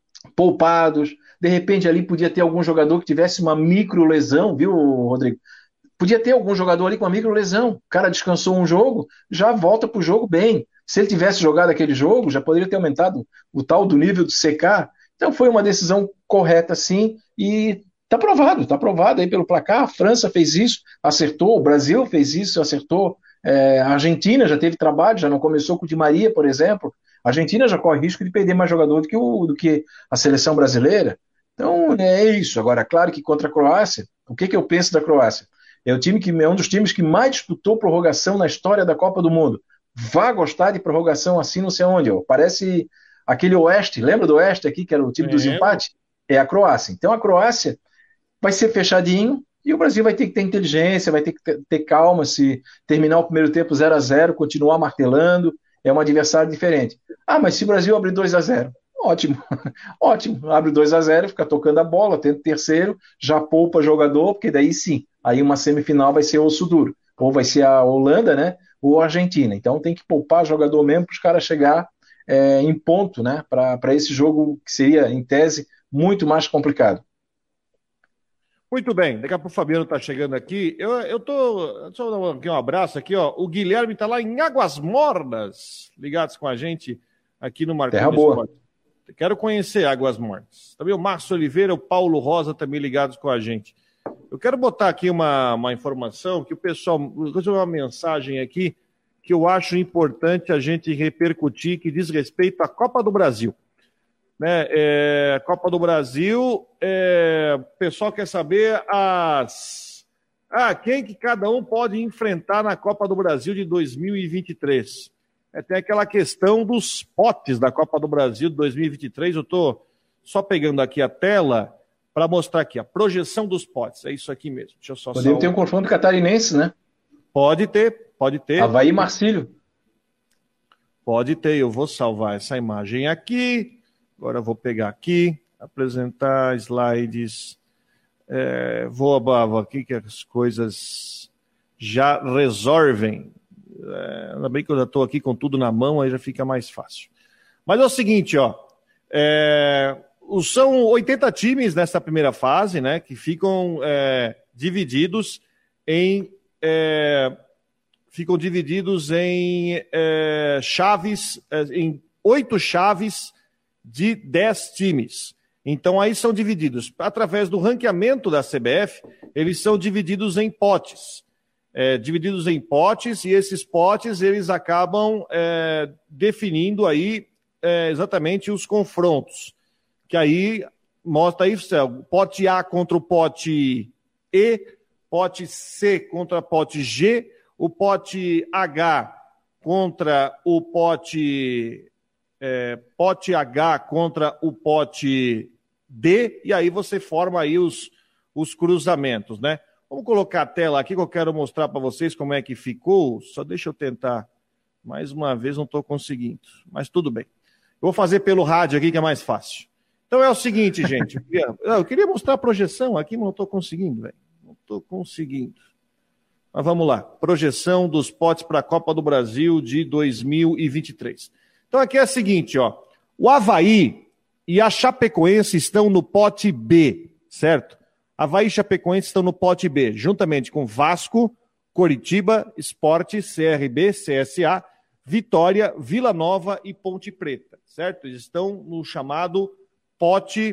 B: poupados, de repente ali podia ter algum jogador que tivesse uma micro lesão, viu, Rodrigo? Podia ter algum jogador ali com uma micro lesão, o cara descansou um jogo, já volta pro jogo bem. Se ele tivesse jogado aquele jogo, já poderia ter aumentado o tal do nível do C K. Então foi uma decisão correta sim, e Está provado, está provado aí pelo placar. A França fez isso, acertou. O Brasil fez isso, acertou. É, a Argentina já teve trabalho, já não começou com o Di Maria, por exemplo. A Argentina já corre risco de perder mais jogador do que, o, do que a seleção brasileira. Então é isso. Agora, claro que contra a Croácia, o que, que eu penso da Croácia? É, o time que, é um dos times que mais disputou prorrogação na história da Copa do Mundo. Vá gostar de prorrogação assim, não sei onde. Ó. Parece aquele Oeste, lembra do Oeste aqui, que era o time é. dos empates? É a Croácia. Então a Croácia vai ser fechadinho e o Brasil vai ter que ter inteligência, vai ter que ter, ter calma se terminar o primeiro tempo zero a zero, continuar martelando, é um adversário diferente. Ah, mas se o Brasil abrir dois a zero, ótimo, ótimo, abre dois a zero, fica tocando a bola, tenta terceiro, já poupa jogador, porque daí sim, aí uma semifinal vai ser osso duro, ou vai ser a Holanda, né, ou a Argentina, então tem que poupar jogador mesmo para os caras chegar é, em ponto, né, para esse jogo que seria, em tese, muito mais complicado.
A: Muito bem, daqui a pouco o Fabiano está chegando aqui. Eu, eu tô. Deixa eu dar aqui um abraço aqui, ó. O Guilherme está lá em Águas Mornas, ligados com a gente aqui no Marconi
B: Terra boa.
A: Esporte. Quero conhecer Águas Mornas. Também o Márcio Oliveira, o Paulo Rosa também ligados com a gente. Eu quero botar aqui uma, uma informação que o pessoal. Vou fazer uma mensagem aqui que eu acho importante a gente repercutir, que diz respeito à Copa do Brasil. Né, é, Copa do Brasil, é, o pessoal quer saber as, ah, quem que cada um pode enfrentar na Copa do Brasil de dois mil e vinte e três. É, tem aquela questão dos potes da Copa do Brasil de dois mil e vinte e três, eu estou só pegando aqui a tela para mostrar aqui a projeção dos potes, é isso aqui mesmo. Deixa eu só
B: Podemos ter um confronto catarinense, né?
A: Pode ter, pode ter.
B: Avaí e Marcílio.
A: Pode ter, eu vou salvar essa imagem aqui. Agora eu vou pegar aqui, apresentar slides, é, vou abaixo aqui que as coisas já resolvem. É, ainda bem que eu já estou aqui com tudo na mão, aí já fica mais fácil. Mas é o seguinte, ó, é, são oitenta times nessa primeira fase, né, que ficam é, divididos em é, ficam divididos em é, chaves, é, em oito chaves de dez times. Então aí são divididos, através do ranqueamento da C B F, eles são divididos em potes. É, divididos em potes, e esses potes eles acabam é, definindo aí é, exatamente os confrontos. Que aí mostra aí, o pote A contra o pote E, pote C contra pote G, o pote H contra o pote, é, pote H contra o pote D, e aí você forma aí os, os cruzamentos, né? Vamos colocar a tela aqui que eu quero mostrar para vocês como é que ficou. Só deixa eu tentar. Mais uma vez não estou conseguindo, mas tudo bem. Eu vou fazer pelo rádio aqui que é mais fácil. Então é o seguinte, gente. Eu queria, eu queria mostrar a projeção aqui, mas não estou conseguindo, velho. Não estou conseguindo. Mas vamos lá. Projeção dos potes para a Copa do Brasil de dois mil e vinte e três. Então aqui é o seguinte, ó. O Avaí e a Chapecoense estão no pote B, certo? Avaí e Chapecoense estão no pote B, juntamente com Vasco, Coritiba, Sport, C R B, C S A, Vitória, Vila Nova e Ponte Preta, certo? Eles estão no chamado pote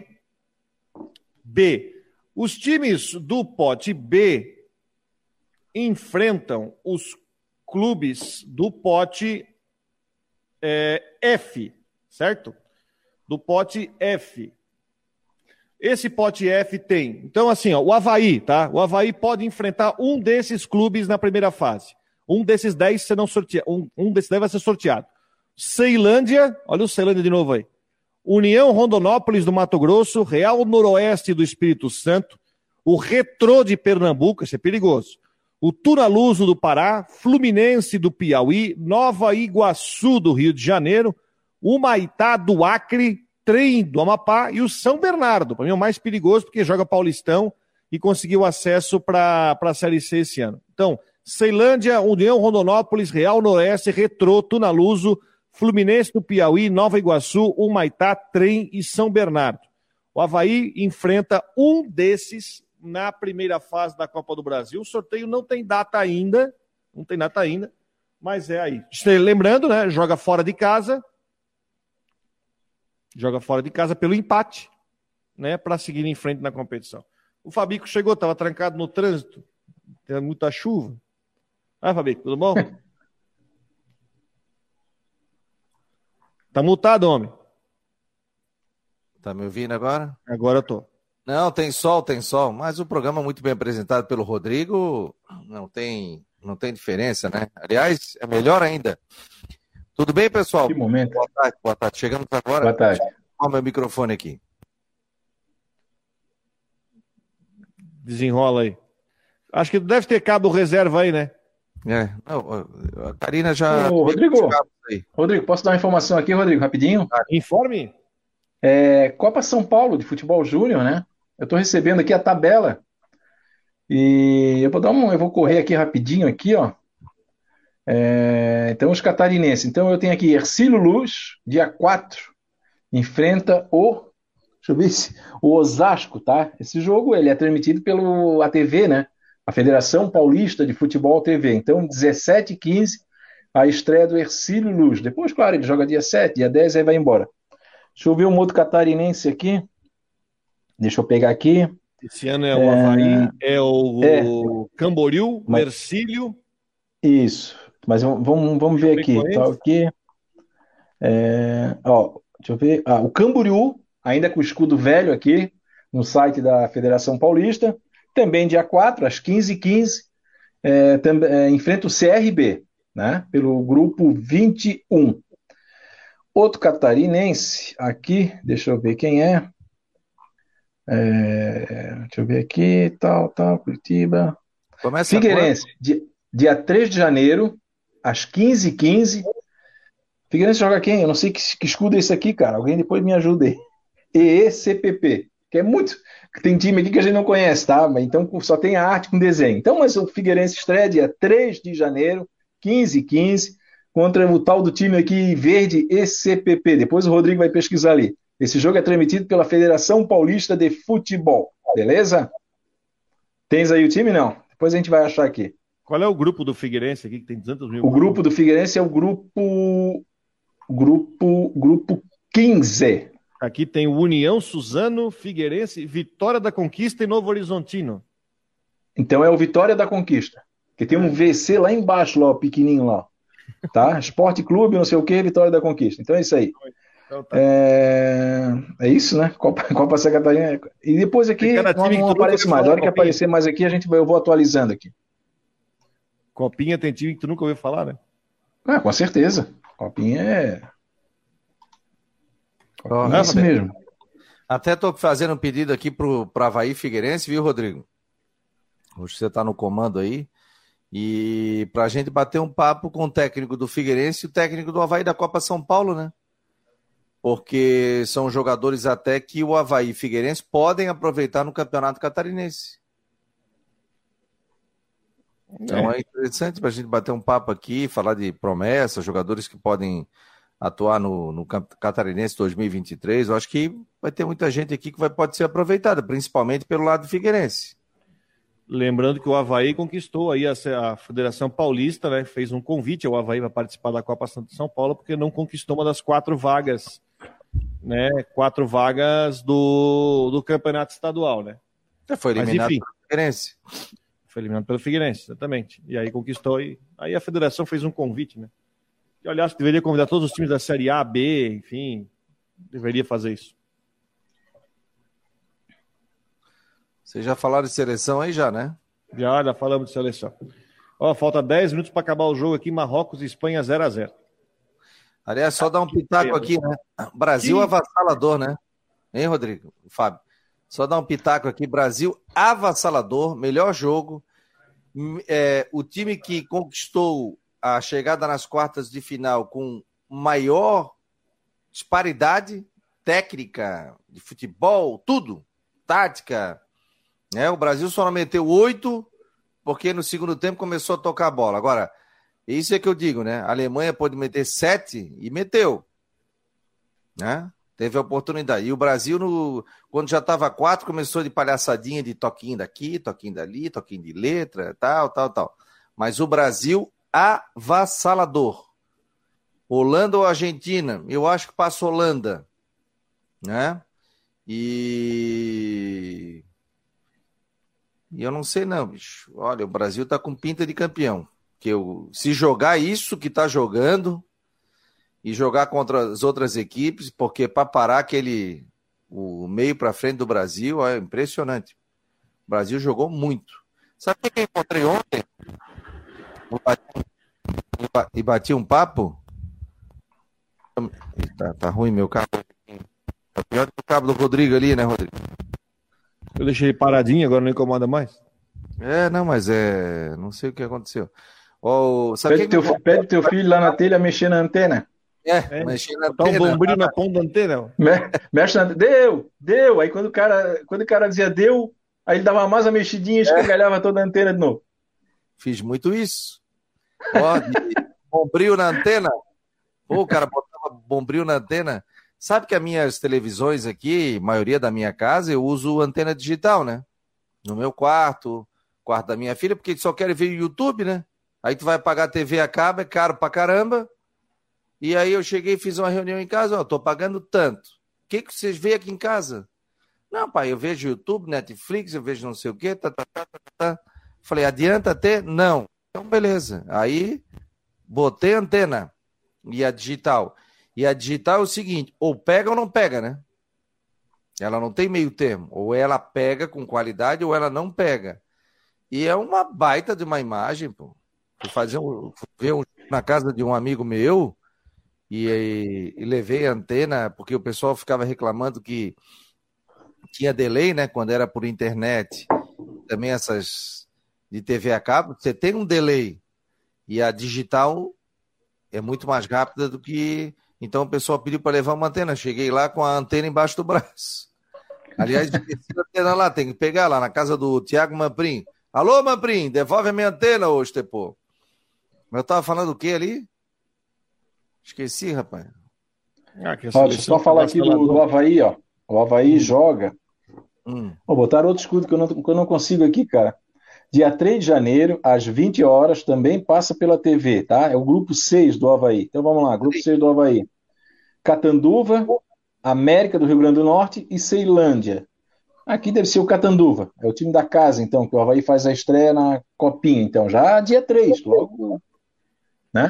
A: B. Os times do pote B enfrentam os clubes do pote é, F, certo? Do pote F. Esse pote F tem, então assim, ó, o Avaí, tá? O Avaí pode enfrentar um desses clubes na primeira fase. Um desses dez serão sorteados, um, um desses dez vai ser sorteado. Ceilândia, olha o Ceilândia de novo aí. União Rondonópolis do Mato Grosso, Real Noroeste do Espírito Santo, o Retrô de Pernambuco, esse é perigoso. O Tunaluso do Pará, Fluminense do Piauí, Nova Iguaçu do Rio de Janeiro, o Maitá do Acre, Trem do Amapá e o São Bernardo. Para mim é o mais perigoso porque joga Paulistão e conseguiu acesso para a Série C esse ano. Então, Ceilândia, União Rondonópolis, Real Noroeste, Retrô, Tunaluso, Fluminense do Piauí, Nova Iguaçu, Humaitá, Trem e São Bernardo. O Avaí enfrenta um desses na primeira fase da Copa do Brasil. O sorteio não tem data ainda, não tem data ainda, mas é aí. Lembrando, né, joga fora de casa, joga fora de casa pelo empate, né, para seguir em frente na competição. O Fabico chegou, estava trancado no trânsito, tem muita chuva. Ah, Fabico, tudo bom? Tá multado, homem.
D: Tá me ouvindo agora?
A: Agora eu tô.
D: Não, tem sol, tem sol, mas o programa muito bem apresentado pelo Rodrigo, não tem, não tem diferença, né? Aliás, é melhor ainda. Tudo bem, pessoal?
B: Que momento.
D: Boa tarde, boa tarde. Chegamos agora.
B: Boa tarde.
D: Olha o meu microfone aqui.
A: Desenrola aí. Acho que deve ter cabo reserva aí, né?
D: É, não, a Karina já...
B: Ô, Rodrigo, Rodrigo, posso dar uma informação aqui, Rodrigo, rapidinho?
A: Informe.
B: É, Copa São Paulo de Futebol Júnior, né? Eu estou recebendo aqui a tabela e eu vou dar um, eu vou correr aqui rapidinho aqui, ó. É, então os catarinenses. Então eu tenho aqui Hercílio Luz, dia quatro, enfrenta o, deixa eu ver se, o Osasco, tá? Esse jogo ele é transmitido pelo A T V, né? A Federação Paulista de Futebol T V. Então dezessete e quinze a estreia do Hercílio Luz. Depois, claro, ele joga dia sete, dia dez, aí vai embora. Deixa eu ver um outro catarinense aqui. Deixa eu pegar aqui.
A: Esse ano é o é... Avaí, é o, é. o Camboriú, o Hercílio.
B: Isso. Mas vamos, vamos ver aqui. Tá aqui. É... Ó, deixa eu ver. Ah, o Camboriú, ainda com o escudo velho aqui, no site da Federação Paulista. Também dia quatro, às quinze e quinze, é, é, enfrenta o C R B, né? Pelo grupo vinte e um. Outro catarinense aqui, deixa eu ver quem é. é deixa eu ver aqui, tal, tal, Curitiba.
D: Começa
B: Figueirense, dia, dia três de janeiro, às quinze e quinze. Figueirense joga quem? Eu não sei que, que escudo é esse aqui, cara. Alguém depois me ajude aí. E E C P P, que é muito... Tem time aqui que a gente não conhece, tá? Então só tem a arte com desenho. Então, mas o Figueirense estreia dia três de janeiro, quinze e quinze, contra o tal do time aqui verde E C P P. Depois o Rodrigo vai pesquisar ali. Esse jogo é transmitido pela Federação Paulista de Futebol. Beleza? Tens aí o time? Não. Depois a gente vai achar aqui.
A: Qual é o grupo do Figueirense aqui que tem duzentos mil?
B: O grupo do Figueirense é o grupo... Grupo... Grupo quinze.
A: Aqui tem o União, Suzano, Figueirense, Vitória da Conquista e Novo Horizontino.
B: Então é o Vitória da Conquista. Que tem um V C lá embaixo, lá, pequenininho lá. Tá? Esporte Clube, não sei o que, Vitória da Conquista. Então é isso aí. Então, tá. é... é isso, né? Copa, Copa Santa Catarina. E depois aqui não, não aparece mais. A hora que aparecer mais aqui, a gente vai, eu vou atualizando aqui.
A: Copinha tem time que tu nunca ouviu falar, né?
B: Ah, com certeza. Copinha é... Copinha
D: é
B: isso mesmo.
D: Até estou fazendo um pedido aqui pro, pro Avaí Figueirense, viu, Rodrigo? Hoje você está no comando aí. E para a gente bater um papo com o técnico do Figueirense e o técnico do Avaí da Copa São Paulo, né? Porque são jogadores até que o Avaí e Figueirense podem aproveitar no Campeonato Catarinense. Então é, é interessante para a gente bater um papo aqui, falar de promessas, jogadores que podem atuar no, no Catarinense dois mil e vinte e três. Eu acho que vai ter muita gente aqui que vai, pode ser aproveitada, principalmente pelo lado do Figueirense.
A: Lembrando que o Avaí conquistou aí a, a Federação Paulista, né? Fez um convite ao Avaí para participar da Copa São Paulo, porque não conquistou uma das quatro vagas, né? Quatro vagas do, do campeonato estadual, né?
D: Foi eliminado pelo Figueirense.
A: Foi eliminado pelo Figueirense, exatamente. E aí conquistou, e aí a federação fez um convite, né? Que, aliás, deveria convidar todos os times da Série A, B, enfim, deveria fazer isso.
D: Vocês já falaram de seleção aí já, né?
A: Já, já falamos de seleção. Ó, falta dez minutos para acabar o jogo aqui, Marrocos e Espanha zero a zero.
D: Aliás, só dar um pitaco aqui, né? Brasil avassalador, né? Hein, Rodrigo? Fábio? Só dar um pitaco aqui, Brasil avassalador, melhor jogo. É, o time que conquistou a chegada nas quartas de final com maior disparidade técnica, de futebol, tudo, tática. É, o Brasil só não meteu oito, porque no segundo tempo começou a tocar a bola. Agora, isso é que eu digo, né? A Alemanha pode meter sete e meteu. Né? Teve a oportunidade. E o Brasil, no, quando já estava quatro, começou de palhaçadinha, de toquinho daqui, toquinho dali, toquinho de letra, tal, tal, tal. Mas o Brasil, avassalador. Holanda ou Argentina? Eu acho que passa Holanda. Né? E... E eu não sei não, bicho. Olha, o Brasil tá com pinta de campeão. Que eu, se jogar isso que tá jogando e jogar contra as outras equipes, porque para parar aquele o meio para frente do Brasil é impressionante. O Brasil jogou muito. Sabe o que eu encontrei ontem? E bati um papo? Tá, tá ruim meu cabo. Tá pior que o cabo do Rodrigo ali, né, Rodrigo?
A: Eu deixei ele paradinho, agora não incomoda mais.
D: É, não, mas é... Não sei o que aconteceu. Oh,
B: sabe pede, que teu, que... pede teu filho lá na telha mexer na antena.
D: É, é mexer na
A: antena. Tá um bombril na ponta da antena.
B: Mexe na... Deu, deu. Aí quando o cara, quando o cara dizia deu, aí ele dava mais a mexidinha e escangalhava é. toda a antena de novo.
D: Fiz muito isso. Ó, bombril na antena. Pô, o cara botava bombril na antena. Sabe que as minhas televisões aqui, maioria da minha casa, eu uso antena digital, né? No meu quarto, quarto da minha filha, porque só querem ver o YouTube, né? Aí tu vai pagar a T V a cabo, é caro pra caramba. E aí eu cheguei e fiz uma reunião em casa, ó, tô pagando tanto. O que que vocês veem aqui em casa? Não, pai, eu vejo YouTube, Netflix, eu vejo não sei o quê, tá, tá, tá, tá, tá. Falei, adianta ter? Não. Então, beleza. Aí, botei a antena e a digital. E a digital é o seguinte, ou pega ou não pega, né? Ela não tem meio termo. Ou ela pega com qualidade ou ela não pega. E é uma baita de uma imagem, pô. Fui fazer um, ver um na casa de um amigo meu e, e, e levei a antena, porque o pessoal ficava reclamando que tinha delay, né? Quando era por internet. Também essas de T V a cabo, você tem um delay. E a digital é muito mais rápida do que... Então o pessoal pediu para levar uma antena. Cheguei lá com a antena embaixo do braço. Aliás, esqueci a antena lá, tem que pegar lá na casa do Thiago Mamprim. Alô, Mamprim, devolve a minha antena, ô Estepô. Eu tava falando o que ali? Esqueci, rapaz.
B: Ah, ó, deixa eu só falar aqui do, do Avaí, ó. O Avaí hum. joga. Hum. Vou botar outro escudo que eu, não, que eu não consigo aqui, cara. Dia três de janeiro, às vinte horas, também passa pela T V, tá? É o grupo seis do Avaí. Então vamos lá, grupo seis do Avaí. Catanduva, América do Rio Grande do Norte e Ceilândia. Aqui deve ser o Catanduva. É o time da casa, então, que o Avaí faz a estreia na Copinha. Então, já dia três, logo... Né?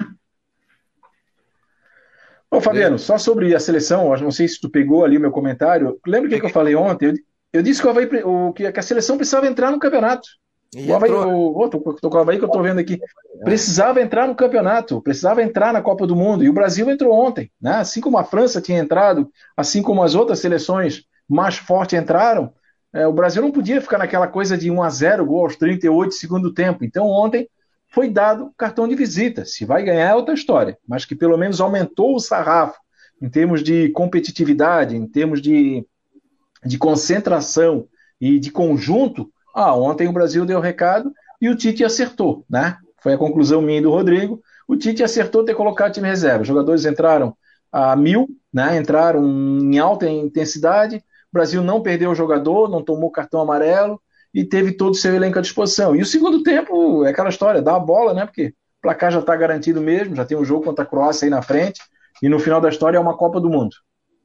B: Ô, Fabiano, só sobre a seleção, não sei se tu pegou ali o meu comentário. Lembra o que, que eu falei ontem? Eu, eu disse que, o Avaí, o, que a seleção precisava entrar no campeonato. O Avaí, o, o, tô, tô com o Avaí que eu tô vendo aqui, precisava entrar no campeonato, precisava entrar na Copa do Mundo, e o Brasil entrou ontem, né? Assim como a França tinha entrado, assim como as outras seleções mais fortes entraram, é, o Brasil não podia ficar naquela coisa de um a zero, gol aos trinta e oito segundo tempo. Então ontem foi dado cartão de visita. Se vai ganhar é outra história, mas que pelo menos aumentou o sarrafo em termos de competitividade, em termos de, de concentração e de conjunto. Ah, ontem o Brasil deu o recado e o Tite acertou, né? Foi a conclusão minha e do Rodrigo. O Tite acertou ter colocado time reserva. Os jogadores entraram a mil, né? Entraram em alta intensidade. O Brasil não perdeu o jogador, não tomou cartão amarelo e teve todo o seu elenco à disposição. E o segundo tempo é aquela história, dá a bola, né? Porque o placar já está garantido mesmo, já tem um jogo contra a Croácia aí na frente e no final da história é uma Copa do Mundo.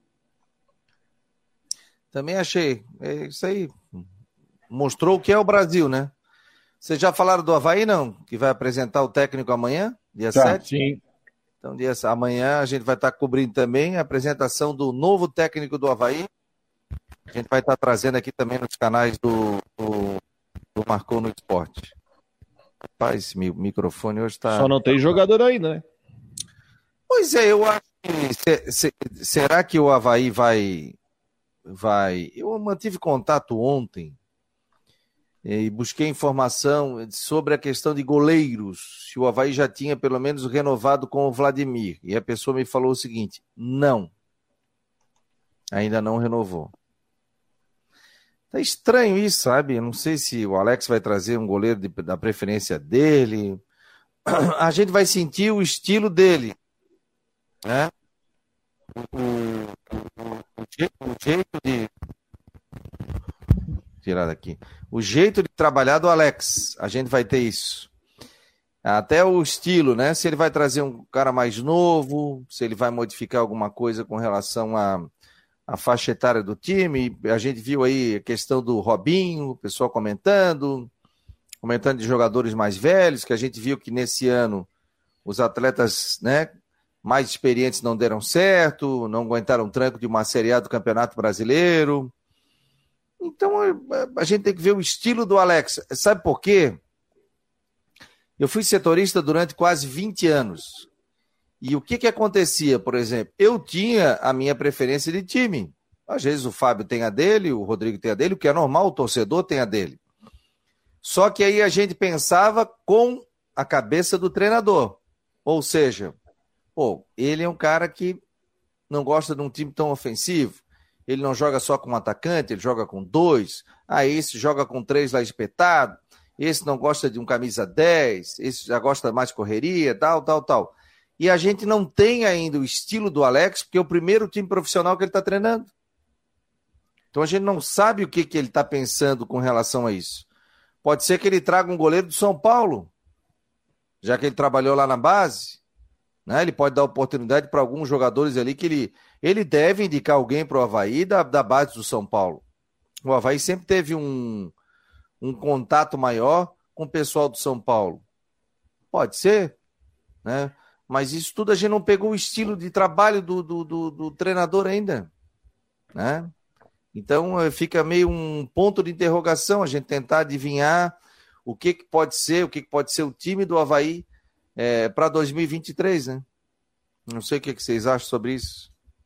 D: Também achei. É isso aí. Mostrou o que é o Brasil, né? Vocês já falaram do Avaí, não? Que vai apresentar o técnico amanhã, dia
A: tá,
D: sete?
A: Sim.
D: Então, dia, amanhã a gente vai estar cobrindo também a apresentação do novo técnico do Avaí. A gente vai estar trazendo aqui também nos canais do, do, do Marcou no Esporte. Rapaz, esse microfone hoje está...
A: Só não tem jogador ainda, né?
D: Pois é, eu acho que... Se, se, será que o Avaí vai... vai... Eu mantive contato ontem e busquei informação sobre a questão de goleiros, se o Avaí já tinha pelo menos renovado com o Vladimir. E a pessoa me falou o seguinte, não. Ainda não renovou. Tá estranho isso, sabe? Eu não sei se o Alex vai trazer um goleiro de, da preferência dele. A gente vai sentir o estilo dele, né? O, o, o, jeito, o jeito de... Tirar daqui. O jeito de trabalhar do Alex, a gente vai ter isso. Até o estilo, né? Se ele vai trazer um cara mais novo, se ele vai modificar alguma coisa com relação a a faixa etária do time. A gente viu aí a questão do Robinho, o pessoal comentando, comentando de jogadores mais velhos, que a gente viu que nesse ano os atletas, né, mais experientes não deram certo, não aguentaram o tranco de uma Série A do Campeonato Brasileiro. Então a gente tem que ver o estilo do Alex. Sabe por quê? Eu fui setorista durante quase vinte anos. E o que que acontecia, por exemplo? Eu tinha a minha preferência de time. Às vezes o Fábio tem a dele, o Rodrigo tem a dele, o que é normal, o torcedor tem a dele. Só que aí a gente pensava com a cabeça do treinador. Ou seja, pô, ele é um cara que não gosta de um time tão ofensivo. Ele não joga só com um atacante, ele joga com dois. Ah, esse joga com três lá espetado. Esse não gosta de um camisa dez. Esse já gosta mais de correria, tal, tal, tal. E a gente não tem ainda o estilo do Alex, porque é o primeiro time profissional que ele está treinando. Então a gente não sabe o que, que ele está pensando com relação a isso. Pode ser que ele traga um goleiro do São Paulo, já que ele trabalhou lá na base, né? Ele pode dar oportunidade para alguns jogadores ali que ele, ele deve indicar alguém para o Avaí da, da base do São Paulo. O Avaí sempre teve um, um contato maior com o pessoal do São Paulo. Pode ser, né? Mas isso tudo a gente não pegou o estilo de trabalho do, do, do, do treinador ainda, né? Então fica meio um ponto de interrogação a gente tentar adivinhar o que, que pode ser, o que, que pode ser o time do Avaí é, para dois mil e vinte e três, né? Não sei o que, que vocês acham sobre isso.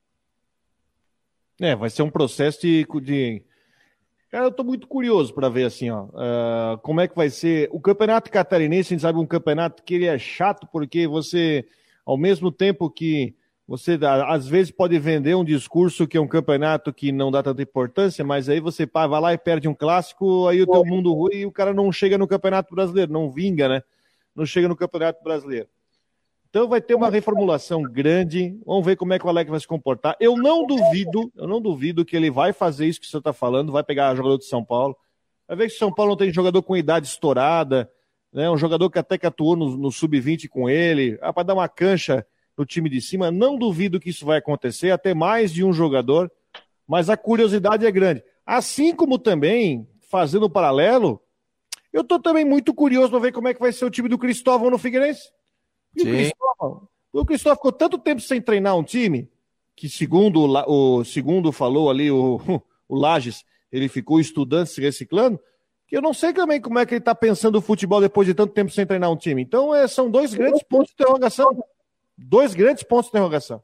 A: É, vai ser um processo de... de... Cara, eu tô muito curioso para ver assim, ó, uh, como é que vai ser o Campeonato Catarinense. A gente sabe um campeonato que ele é chato porque você, ao mesmo tempo que você às vezes pode vender um discurso que é um campeonato que não dá tanta importância, mas aí você pá, vai lá e perde um clássico, aí o teu mundo ruim e o cara não chega no Campeonato Brasileiro, não vinga, né? Não chega no Campeonato Brasileiro. Então vai ter uma reformulação grande, vamos ver como é que o Alex vai se comportar. Eu não duvido, eu não duvido que ele vai fazer isso que você está falando, vai pegar jogador de São Paulo, vai ver que o São Paulo não tem jogador com idade estourada, né? Um jogador que até que atuou no, no sub vinte com ele, ah, para dar uma cancha no time de cima. Não duvido que isso vai acontecer, até mais de um jogador, mas a curiosidade é grande. Assim como também, fazendo um paralelo, eu estou também muito curioso para ver como é que vai ser o time do Cristóvão no Figueirense. E o Cristóvão, o Cristóvão ficou tanto tempo sem treinar um time, que segundo o, o segundo falou ali o, o Lages, ele ficou estudando, se reciclando, que eu não sei também como é que ele está pensando o futebol depois de tanto tempo sem treinar um time. Então, é, são dois grandes pontos de interrogação. Dois grandes pontos de interrogação.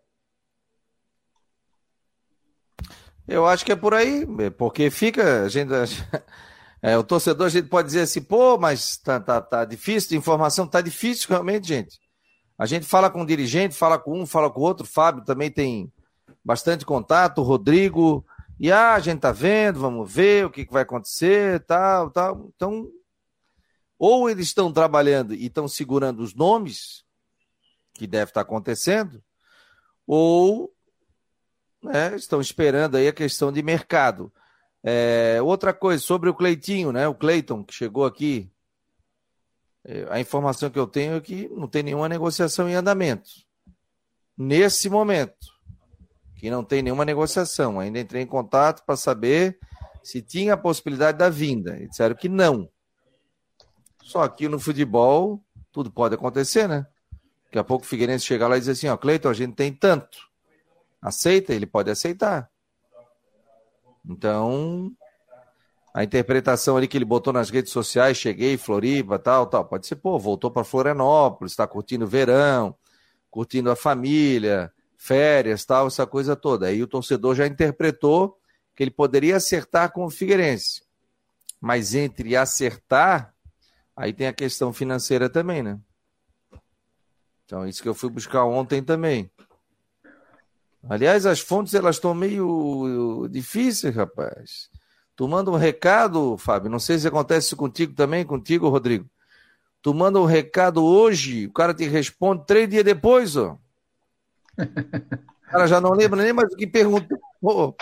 D: Eu acho que é por aí, porque fica, a gente, é, o torcedor, a gente pode dizer assim, pô, mas tá, tá, tá difícil de informação, tá difícil realmente, gente. A gente fala com o dirigente, fala com um, fala com o outro, o Fábio também tem bastante contato, o Rodrigo, e ah, a gente tá vendo, vamos ver o que, que vai acontecer, tal, tal. Então, ou eles estão trabalhando e estão segurando os nomes, que deve estar acontecendo, ou né, estão esperando aí a questão de mercado. É, outra coisa, sobre o Cleitinho, né, o Cleiton, que chegou aqui, é, a informação que eu tenho é que não tem nenhuma negociação em andamento. Nesse momento, que não tem nenhuma negociação. Ainda entrei em contato para saber se tinha a possibilidade da vinda. Eles disseram que não. Só que no futebol, tudo pode acontecer, né? Daqui a pouco o Figueirense chega lá e diz assim, ó, Cleiton, a gente tem tanto. Aceita? Ele pode aceitar. Então, a interpretação ali que ele botou nas redes sociais, cheguei, Floripa, tal, tal, pode ser, pô, voltou para Florianópolis, está curtindo o verão, curtindo a família, férias, tal, essa coisa toda. Aí o torcedor já interpretou que ele poderia acertar com o Figueirense. Mas entre acertar, aí tem a questão financeira também, né? Então, isso que eu fui buscar ontem também. Aliás, as fontes, elas estão meio difíceis, rapaz. Tu manda um recado, Fábio, não sei se acontece isso contigo também, contigo, Rodrigo. Tu manda um recado hoje, o cara te responde três dias depois, ó. O cara já não lembra nem mais o que perguntou.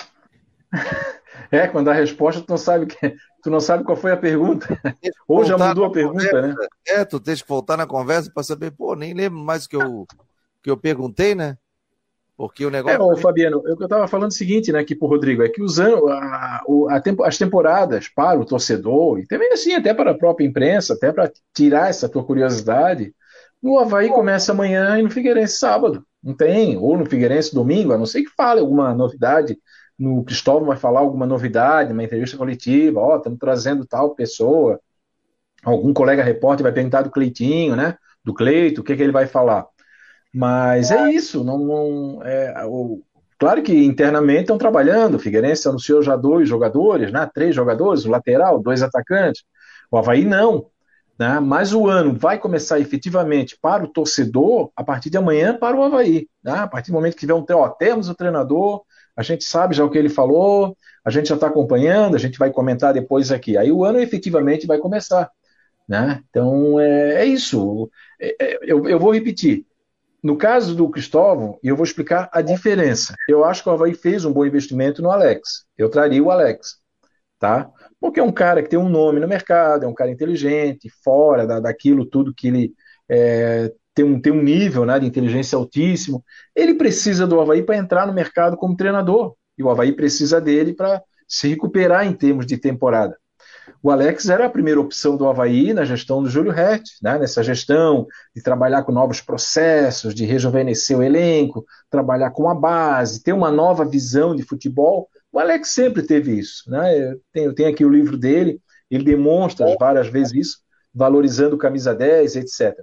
B: É, quando a resposta, tu não sabe, que, tu não sabe qual foi a pergunta. Ou já mudou a pergunta,
D: conversa,
B: né?
D: É, tu tens que voltar na conversa para saber, pô, nem lembro mais o que eu, que eu perguntei, né? Porque o negócio...
B: É, ô, Fabiano, eu estava falando o seguinte, né, aqui pro Rodrigo, é que usando a, a, a, as temporadas para o torcedor, e também assim, até para a própria imprensa, até para tirar essa tua curiosidade, no Avaí começa amanhã e no Figueirense sábado. Não tem, ou no Figueirense domingo, a não ser que fale alguma novidade, no Cristóvão vai falar alguma novidade, uma entrevista coletiva, ó, estamos trazendo tal pessoa, algum colega repórter vai perguntar do Cleitinho, né, do Cleito, o que, que ele vai falar. Mas é isso, não, não é, o, claro que internamente estão trabalhando, o Figueirense anunciou já dois jogadores, né, três jogadores, o lateral, dois atacantes, o Avaí não, né, mas o ano vai começar efetivamente para o torcedor a partir de amanhã para o Avaí, né, a partir do momento que tiver um, ó, temos o treinador, a gente sabe já o que ele falou, a gente já está acompanhando, a gente vai comentar depois aqui, aí o ano efetivamente vai começar, né, então é, é isso, é, é, eu, eu vou repetir. No caso do Cristóvão, e eu vou explicar a diferença. Eu acho que o Avaí fez um bom investimento no Alex. Eu traria o Alex, tá? Porque é um cara que tem um nome no mercado, é um cara inteligente, fora da, daquilo tudo que ele é, tem, um, tem um nível, né, de inteligência altíssimo. Ele precisa do Avaí para entrar no mercado como treinador. E o Avaí precisa dele para se recuperar em termos de temporada. O Alex era a primeira opção do Avaí na gestão do Júlio Hertz, né? Nessa gestão de trabalhar com novos processos, de rejuvenescer o elenco, trabalhar com a base, ter uma nova visão de futebol. O Alex sempre teve isso, né? Eu tenho, eu tenho aqui o livro dele, ele demonstra várias vezes isso, valorizando o camisa dez, etcétera.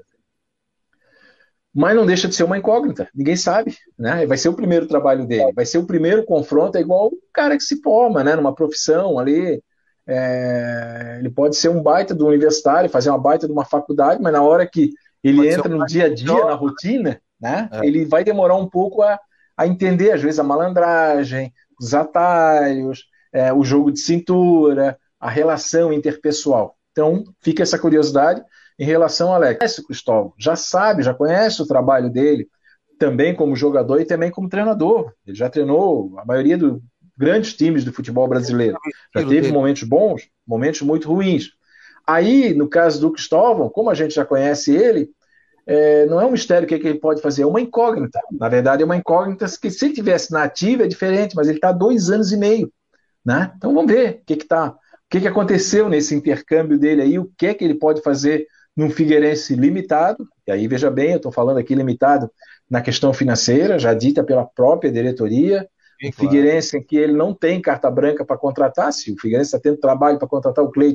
B: Mas não deixa de ser uma incógnita, ninguém sabe, né? Vai ser o primeiro trabalho dele, vai ser o primeiro confronto, é igual o cara que se forma, né? Numa profissão ali. É, ele pode ser um baita do universitário, fazer uma baita de uma faculdade, mas na hora que ele pode entra um no dia a dia, na rotina, né, é. Ele vai demorar um pouco a, a entender, às vezes, a malandragem, os atalhos, é, o jogo de cintura, a relação interpessoal. Então, fica essa curiosidade em relação ao Alex. Conhece o Cristóvão, já sabe, já conhece o trabalho dele, também como jogador e também como treinador. Ele já treinou a maioria do grandes times do futebol brasileiro. Já teve momentos bons, momentos muito ruins. Aí, no caso do Cristóvão, como a gente já conhece ele, é, não é um mistério o que, é que ele pode fazer, é uma incógnita. Na verdade, é uma incógnita que se ele tivesse na ativa é diferente, mas ele está há dois anos e meio. Né? Então vamos ver o que, que, tá, o que, que aconteceu nesse intercâmbio dele aí, o que, que ele pode fazer num Figueirense limitado, e aí veja bem, eu estou falando aqui limitado na questão financeira, já dita pela própria diretoria, o Figueirense em que ele não tem carta branca para contratar, se o Figueirense está tendo trabalho para contratar o Cleito,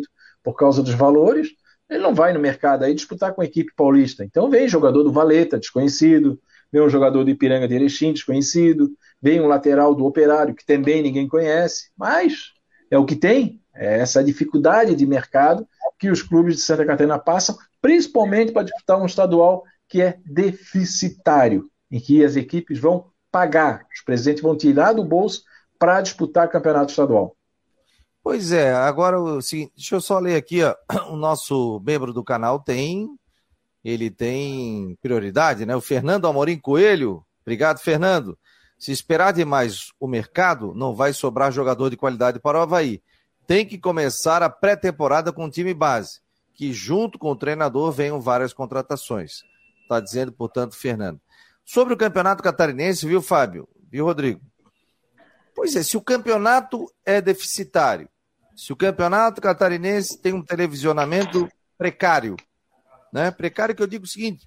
B: por causa dos valores, ele não vai no mercado aí disputar com a equipe paulista. Então vem jogador do Valeta, desconhecido, vem um jogador do Ipiranga de Erechim, desconhecido, vem um lateral do Operário, que também ninguém conhece, mas é o que tem, é essa dificuldade de mercado que os clubes de Santa Catarina passam, principalmente para disputar um estadual que é deficitário, em que as equipes vão pagar, os presidentes vão tirar do bolso para disputar campeonato estadual.
D: Pois é, agora o seguinte, deixa eu só ler aqui, ó, o nosso membro do canal tem, ele tem prioridade, né? O Fernando Amorim Coelho, obrigado, Fernando. Se esperar demais o mercado, não vai sobrar jogador de qualidade para o Avaí. Tem que começar a pré-temporada com o time base, que junto com o treinador venham várias contratações. Está dizendo, portanto, Fernando. Sobre o campeonato catarinense, viu, Fábio? Viu, Rodrigo? Pois é, se o campeonato é deficitário, se o campeonato catarinense tem um televisionamento precário, né? Precário que eu digo o seguinte,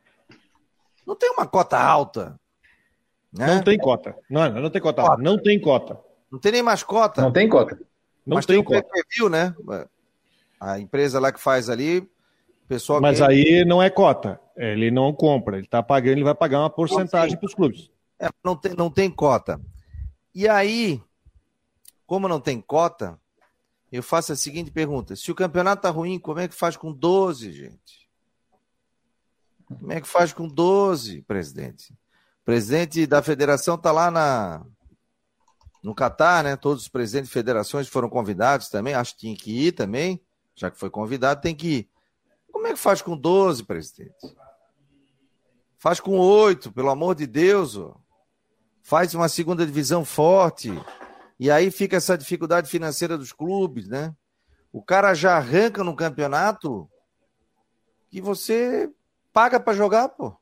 D: não tem uma cota alta. Né?
A: Não tem cota. Não, não tem cota alta. Não tem cota.
D: Não tem nem mais cota.
B: Não tem cota.
A: Não
D: Mas
A: tem,
D: tem
A: cota.
D: o pay-per-view, né? A empresa lá que faz ali, o pessoal...
A: Mas
D: que...
A: aí não é cota. Ele não compra. Ele tá pagando, ele vai pagar uma porcentagem para os clubes.
D: É, não, tem, não tem cota. E aí, como não tem cota, eu faço a seguinte pergunta. Se o campeonato tá ruim, como é que faz com doze, gente? Como é que faz com doze, presidente? O presidente da federação tá lá na, no Catar, né? Todos os presidentes de federações foram convidados também. Acho que tinha que ir também. Já que foi convidado, tem que ir. Como é que faz com doze, presidente? Faz com oito, pelo amor de Deus, ó. Faz uma segunda divisão forte, e aí fica essa dificuldade financeira dos clubes, né? O cara já arranca no campeonato que você paga para jogar, pô.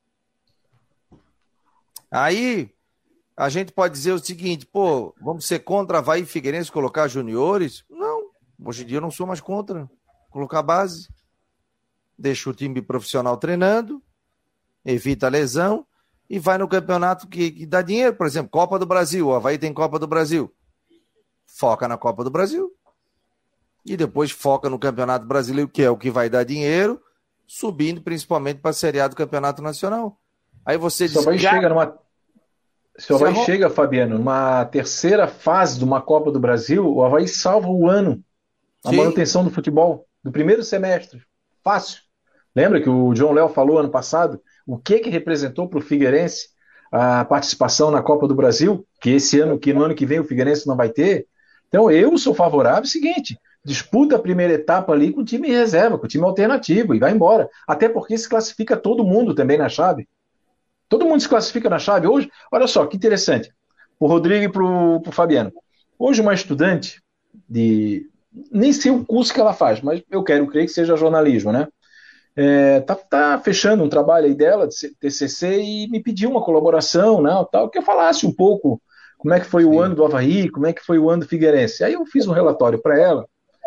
D: Aí a gente pode dizer o seguinte, pô, vamos ser contra Avaí e Figueirense colocar juniores? Não, hoje em dia eu não sou mais contra colocar base. Deixa o time profissional treinando, evita a lesão, e vai no campeonato que, que dá dinheiro, por exemplo, Copa do Brasil, o Avaí tem Copa do Brasil. Foca na Copa do Brasil. E depois foca no Campeonato Brasileiro, que é o que vai dar dinheiro, subindo principalmente para a Série A do Campeonato Nacional. Aí você
B: diz... Se o Avaí chega numa... Se o Avaí arro... chega, Fabiano, numa terceira fase de uma Copa do Brasil, o Avaí salva o ano. A Sim. manutenção do futebol, do primeiro semestre. Fácil. Lembra que o João Léo falou ano passado o que que representou para o Figueirense a participação na Copa do Brasil, que esse ano, que no ano que vem o Figueirense não vai ter. Então eu sou favorável ao seguinte, disputa a primeira etapa ali com o time reserva, com o time alternativo e vai embora. Até porque se classifica todo mundo também na chave. Todo mundo se classifica na chave. Hoje, olha só, que interessante. O Rodrigo e para o Fabiano. Hoje uma estudante de... Nem sei o curso que ela faz, mas eu quero crer que seja jornalismo, né? É, tá, tá fechando um trabalho aí dela, de T C C, e me pediu uma colaboração, né, tal, que eu falasse um pouco como é que foi Sim. o ano do Avaí, como é que foi o ano do Figueirense. Aí eu fiz um relatório para ela,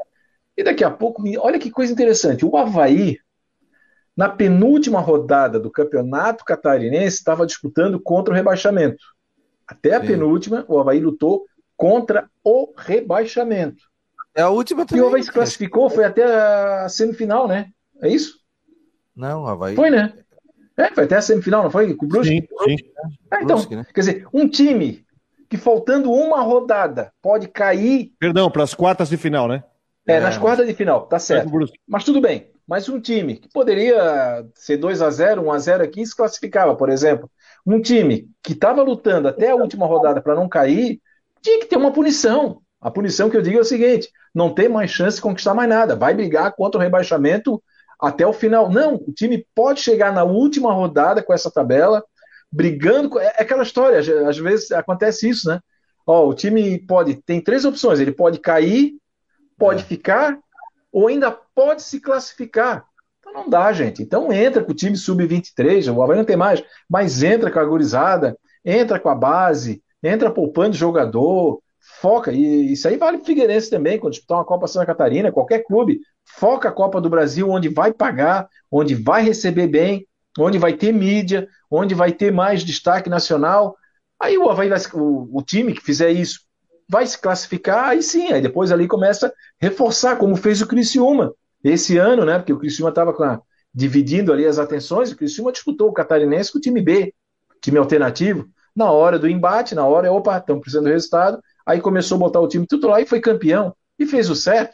B: e daqui a pouco, olha que coisa interessante, o Avaí, na penúltima rodada do Campeonato Catarinense, estava disputando contra o rebaixamento. Até a Sim. penúltima, o Avaí lutou contra o rebaixamento.
D: É a última também.
B: E o Avaí se classificou, foi até a semifinal, né? É isso?
D: Não, Avaí...
B: Foi, né? É, foi até a semifinal, não foi? Com o Brusque?
A: Sim, sim.
B: É, então, Brusque, né? Quer dizer, um time que faltando uma rodada pode cair...
A: Perdão, para as quartas de final, né?
B: É, é, nas quartas de final, tá certo. Mas tudo bem. Mas um time que poderia ser dois a zero, um a zero aqui, se classificava, por exemplo. Um time que estava lutando até a última rodada para não cair, tinha que ter uma punição. A punição que eu digo é o seguinte, não tem mais chance de conquistar mais nada. Vai brigar contra o rebaixamento até o final. Não, o time pode chegar na última rodada com essa tabela, brigando. É aquela história, às vezes acontece isso, né? Ó, o time pode, tem três opções, ele pode cair, pode é. ficar, ou ainda pode se classificar. Então não dá, gente. Então entra com o time sub vinte e três, o Avaí não tem mais, mas entra com a gurizada, entra com a base, entra poupando jogador, foca, e isso aí vale para o Figueirense também, quando disputar uma Copa Santa Catarina, qualquer clube, foca a Copa do Brasil, onde vai pagar, onde vai receber bem, onde vai ter mídia, onde vai ter mais destaque nacional. Aí o Avaí, o, o time que fizer isso vai se classificar, aí sim, aí depois ali começa a reforçar, como fez o Criciúma esse ano, né? Porque o Criciúma estava dividindo ali as atenções, o Criciúma disputou o Catarinense com o time B, time alternativo. Na hora do embate, na hora, opa, estamos precisando do resultado, aí começou a botar o time titular e foi campeão, e fez o certo.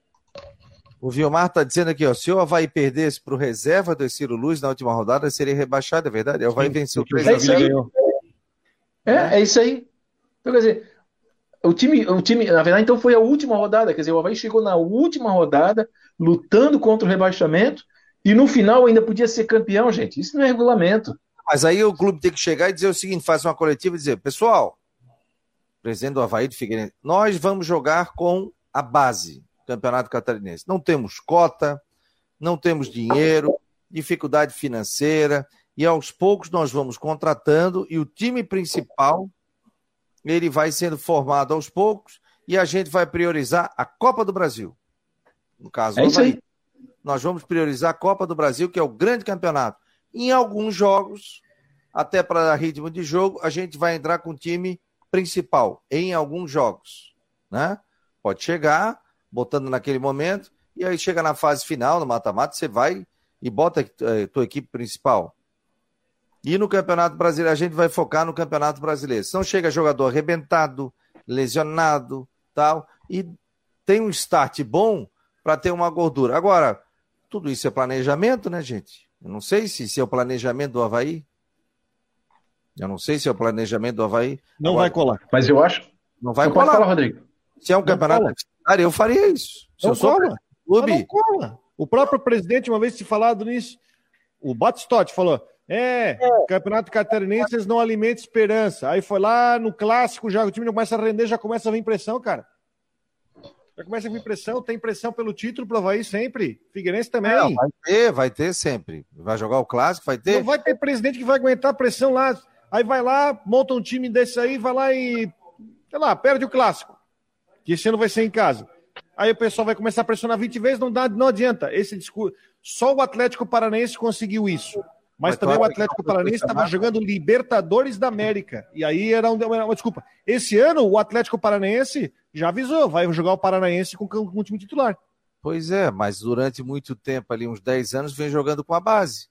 D: O Vilmar está dizendo aqui, ó, se o Avaí perdesse para o reserva do Ciro Luz na última rodada, seria rebaixado, é verdade? O Avaí venceu três a zero.
B: É, é isso aí. Então, quer dizer, o time, o time, na verdade, então foi a última rodada, quer dizer, o Avaí chegou na última rodada, lutando contra o rebaixamento, e no final ainda podia ser campeão, gente. Isso não é regulamento.
D: Mas aí o clube tem que chegar e dizer o seguinte, faz uma coletiva e dizer, pessoal, presidente do Avaí, do Figueirense, nós vamos jogar com a base. Campeonato Catarinense. Não temos cota, não temos dinheiro, dificuldade financeira, e aos poucos nós vamos contratando e o time principal, ele vai sendo formado aos poucos e a gente vai priorizar a Copa do Brasil. No caso,
B: é isso aí.
D: Nós vamos priorizar a Copa do Brasil, que é o grande campeonato. Em alguns jogos, até para dar ritmo de jogo, a gente vai entrar com o time principal, em alguns jogos. Né? Pode chegar... botando naquele momento, e aí chega na fase final, no mata-mata, você vai e bota a tua equipe principal. E no Campeonato Brasileiro, a gente vai focar no Campeonato Brasileiro. Senão chega jogador arrebentado, lesionado, tal, e tem um start bom para ter uma gordura. Agora, tudo isso é planejamento, né, gente? Eu não sei se, se é o planejamento do Avaí. Eu não sei se é o planejamento do Avaí.
A: Não
D: Agora,
A: vai colar.
B: Mas eu acho...
D: Não vai
B: não
D: colar.
B: Pode falar, Rodrigo.
D: Se é um não campeonato... Cola. Eu faria isso. Se
A: não
D: eu sou
A: cola.
D: Clube.
A: Não cola. O próprio presidente, uma vez se falado nisso, o Batistotti falou, é, é, campeonato catarinense eles não alimentam esperança. Aí foi lá no clássico, já o time não começa a render, já começa a vir pressão, cara. Já começa a vir pressão, tem pressão pelo título pro Avaí sempre. Figueirense também. Não,
D: vai ter, vai ter sempre. Vai jogar o clássico, vai ter.
A: Não vai ter presidente que vai aguentar pressão lá. Aí vai lá, monta um time desse aí, vai lá e, sei lá, perde o clássico. Que esse ano vai ser em casa. Aí o pessoal vai começar a pressionar vinte vezes, não, dá, não adianta. Esse discurso. Só o Atlético Paranaense conseguiu isso. Mas, Mas também o Atlético Paranaense estava jogando Libertadores da América. E aí era uma, uma, uma desculpa. Esse ano o Atlético Paranaense já avisou, vai jogar o Paranaense com, com o time titular.
D: Pois é, mas durante muito tempo, ali uns dez anos, vem jogando com a base.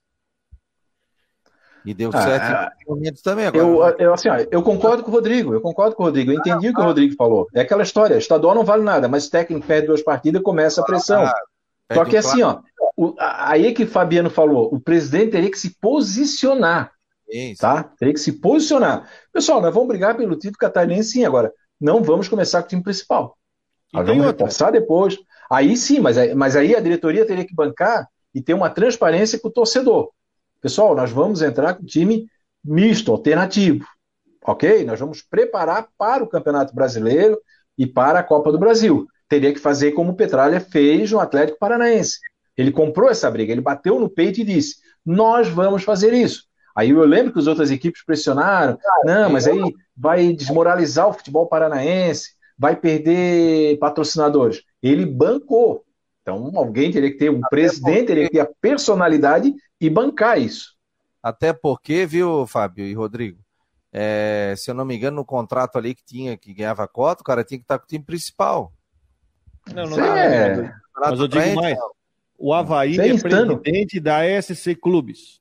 D: E deu ah, certo
B: ah,
D: em momentos também agora.
B: Eu, eu, assim, ó, eu concordo com o Rodrigo, eu concordo com o Rodrigo, eu entendi ah, o que ah, o Rodrigo falou. É aquela história, estadual não vale nada, mas o técnico perde duas partidas, começa a pressão. Ah, Só que assim, ó, o, aí que o Fabiano falou, o presidente teria que se posicionar, Isso. tá? Teria que se posicionar. Pessoal, nós vamos brigar pelo título catarinense sim, agora não vamos começar com o time principal. Nós vamos reforçar depois. Aí sim, mas, mas aí a diretoria teria que bancar e ter uma transparência com o torcedor. Pessoal, nós vamos entrar com time misto, alternativo, ok? Nós vamos preparar para o Campeonato Brasileiro e para a Copa do Brasil. Teria que fazer como o Petralha fez no Atlético Paranaense. Ele comprou essa briga, ele bateu no peito e disse, nós vamos fazer isso. Aí eu lembro que as outras equipes pressionaram, não, mas aí vai desmoralizar o futebol paranaense, vai perder patrocinadores. Ele bancou. Então alguém teria que ter, um Até presidente porque... teria que ter a personalidade e bancar isso.
D: Até porque, viu, Fábio e Rodrigo, é, se eu não me engano, no contrato ali que tinha, que ganhava cota, o cara tinha que estar com o time principal.
A: Não, não é. dá, mas eu digo mais, o Avaí é presidente da S C Clubes.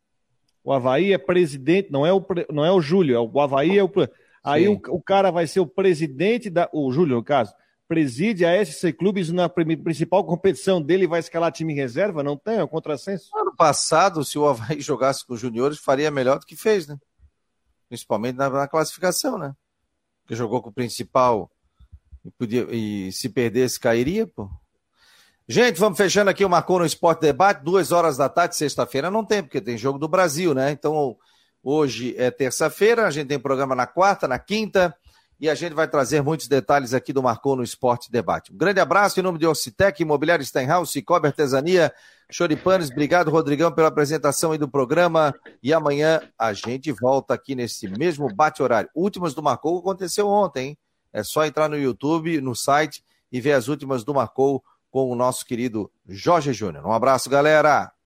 A: O Avaí é presidente, não é o, não é o Júlio, o Avaí é o... Aí o, o cara vai ser o presidente da... O Júlio, no caso, preside a S C Clubes na principal competição dele e vai escalar time em reserva? Não tem, é um contrassenso.
D: Ano passado, se o Avaí jogasse com os juniores, faria melhor do que fez, né? Principalmente na, na classificação, né? Porque jogou com o principal e, podia, e se perdesse, cairia, pô. Gente, vamos fechando aqui o Marcou no Esporte Debate, duas horas da tarde, sexta-feira não tem, porque tem jogo do Brasil, né? Então, hoje é terça-feira, a gente tem programa na quarta, na quinta, e a gente vai trazer muitos detalhes aqui do Marcou no Esporte Debate. Um grande abraço em nome de Orcitec, Imobiliário Steinhaus, Cicobi Artesania, Choripanes. Obrigado, Rodrigão, pela apresentação aí do programa. E amanhã a gente volta aqui nesse mesmo bate-horário. Últimas do Marcou aconteceu ontem, hein? É só entrar no YouTube, no site e ver as últimas do Marcou com o nosso querido Jorge Júnior. Um abraço, galera!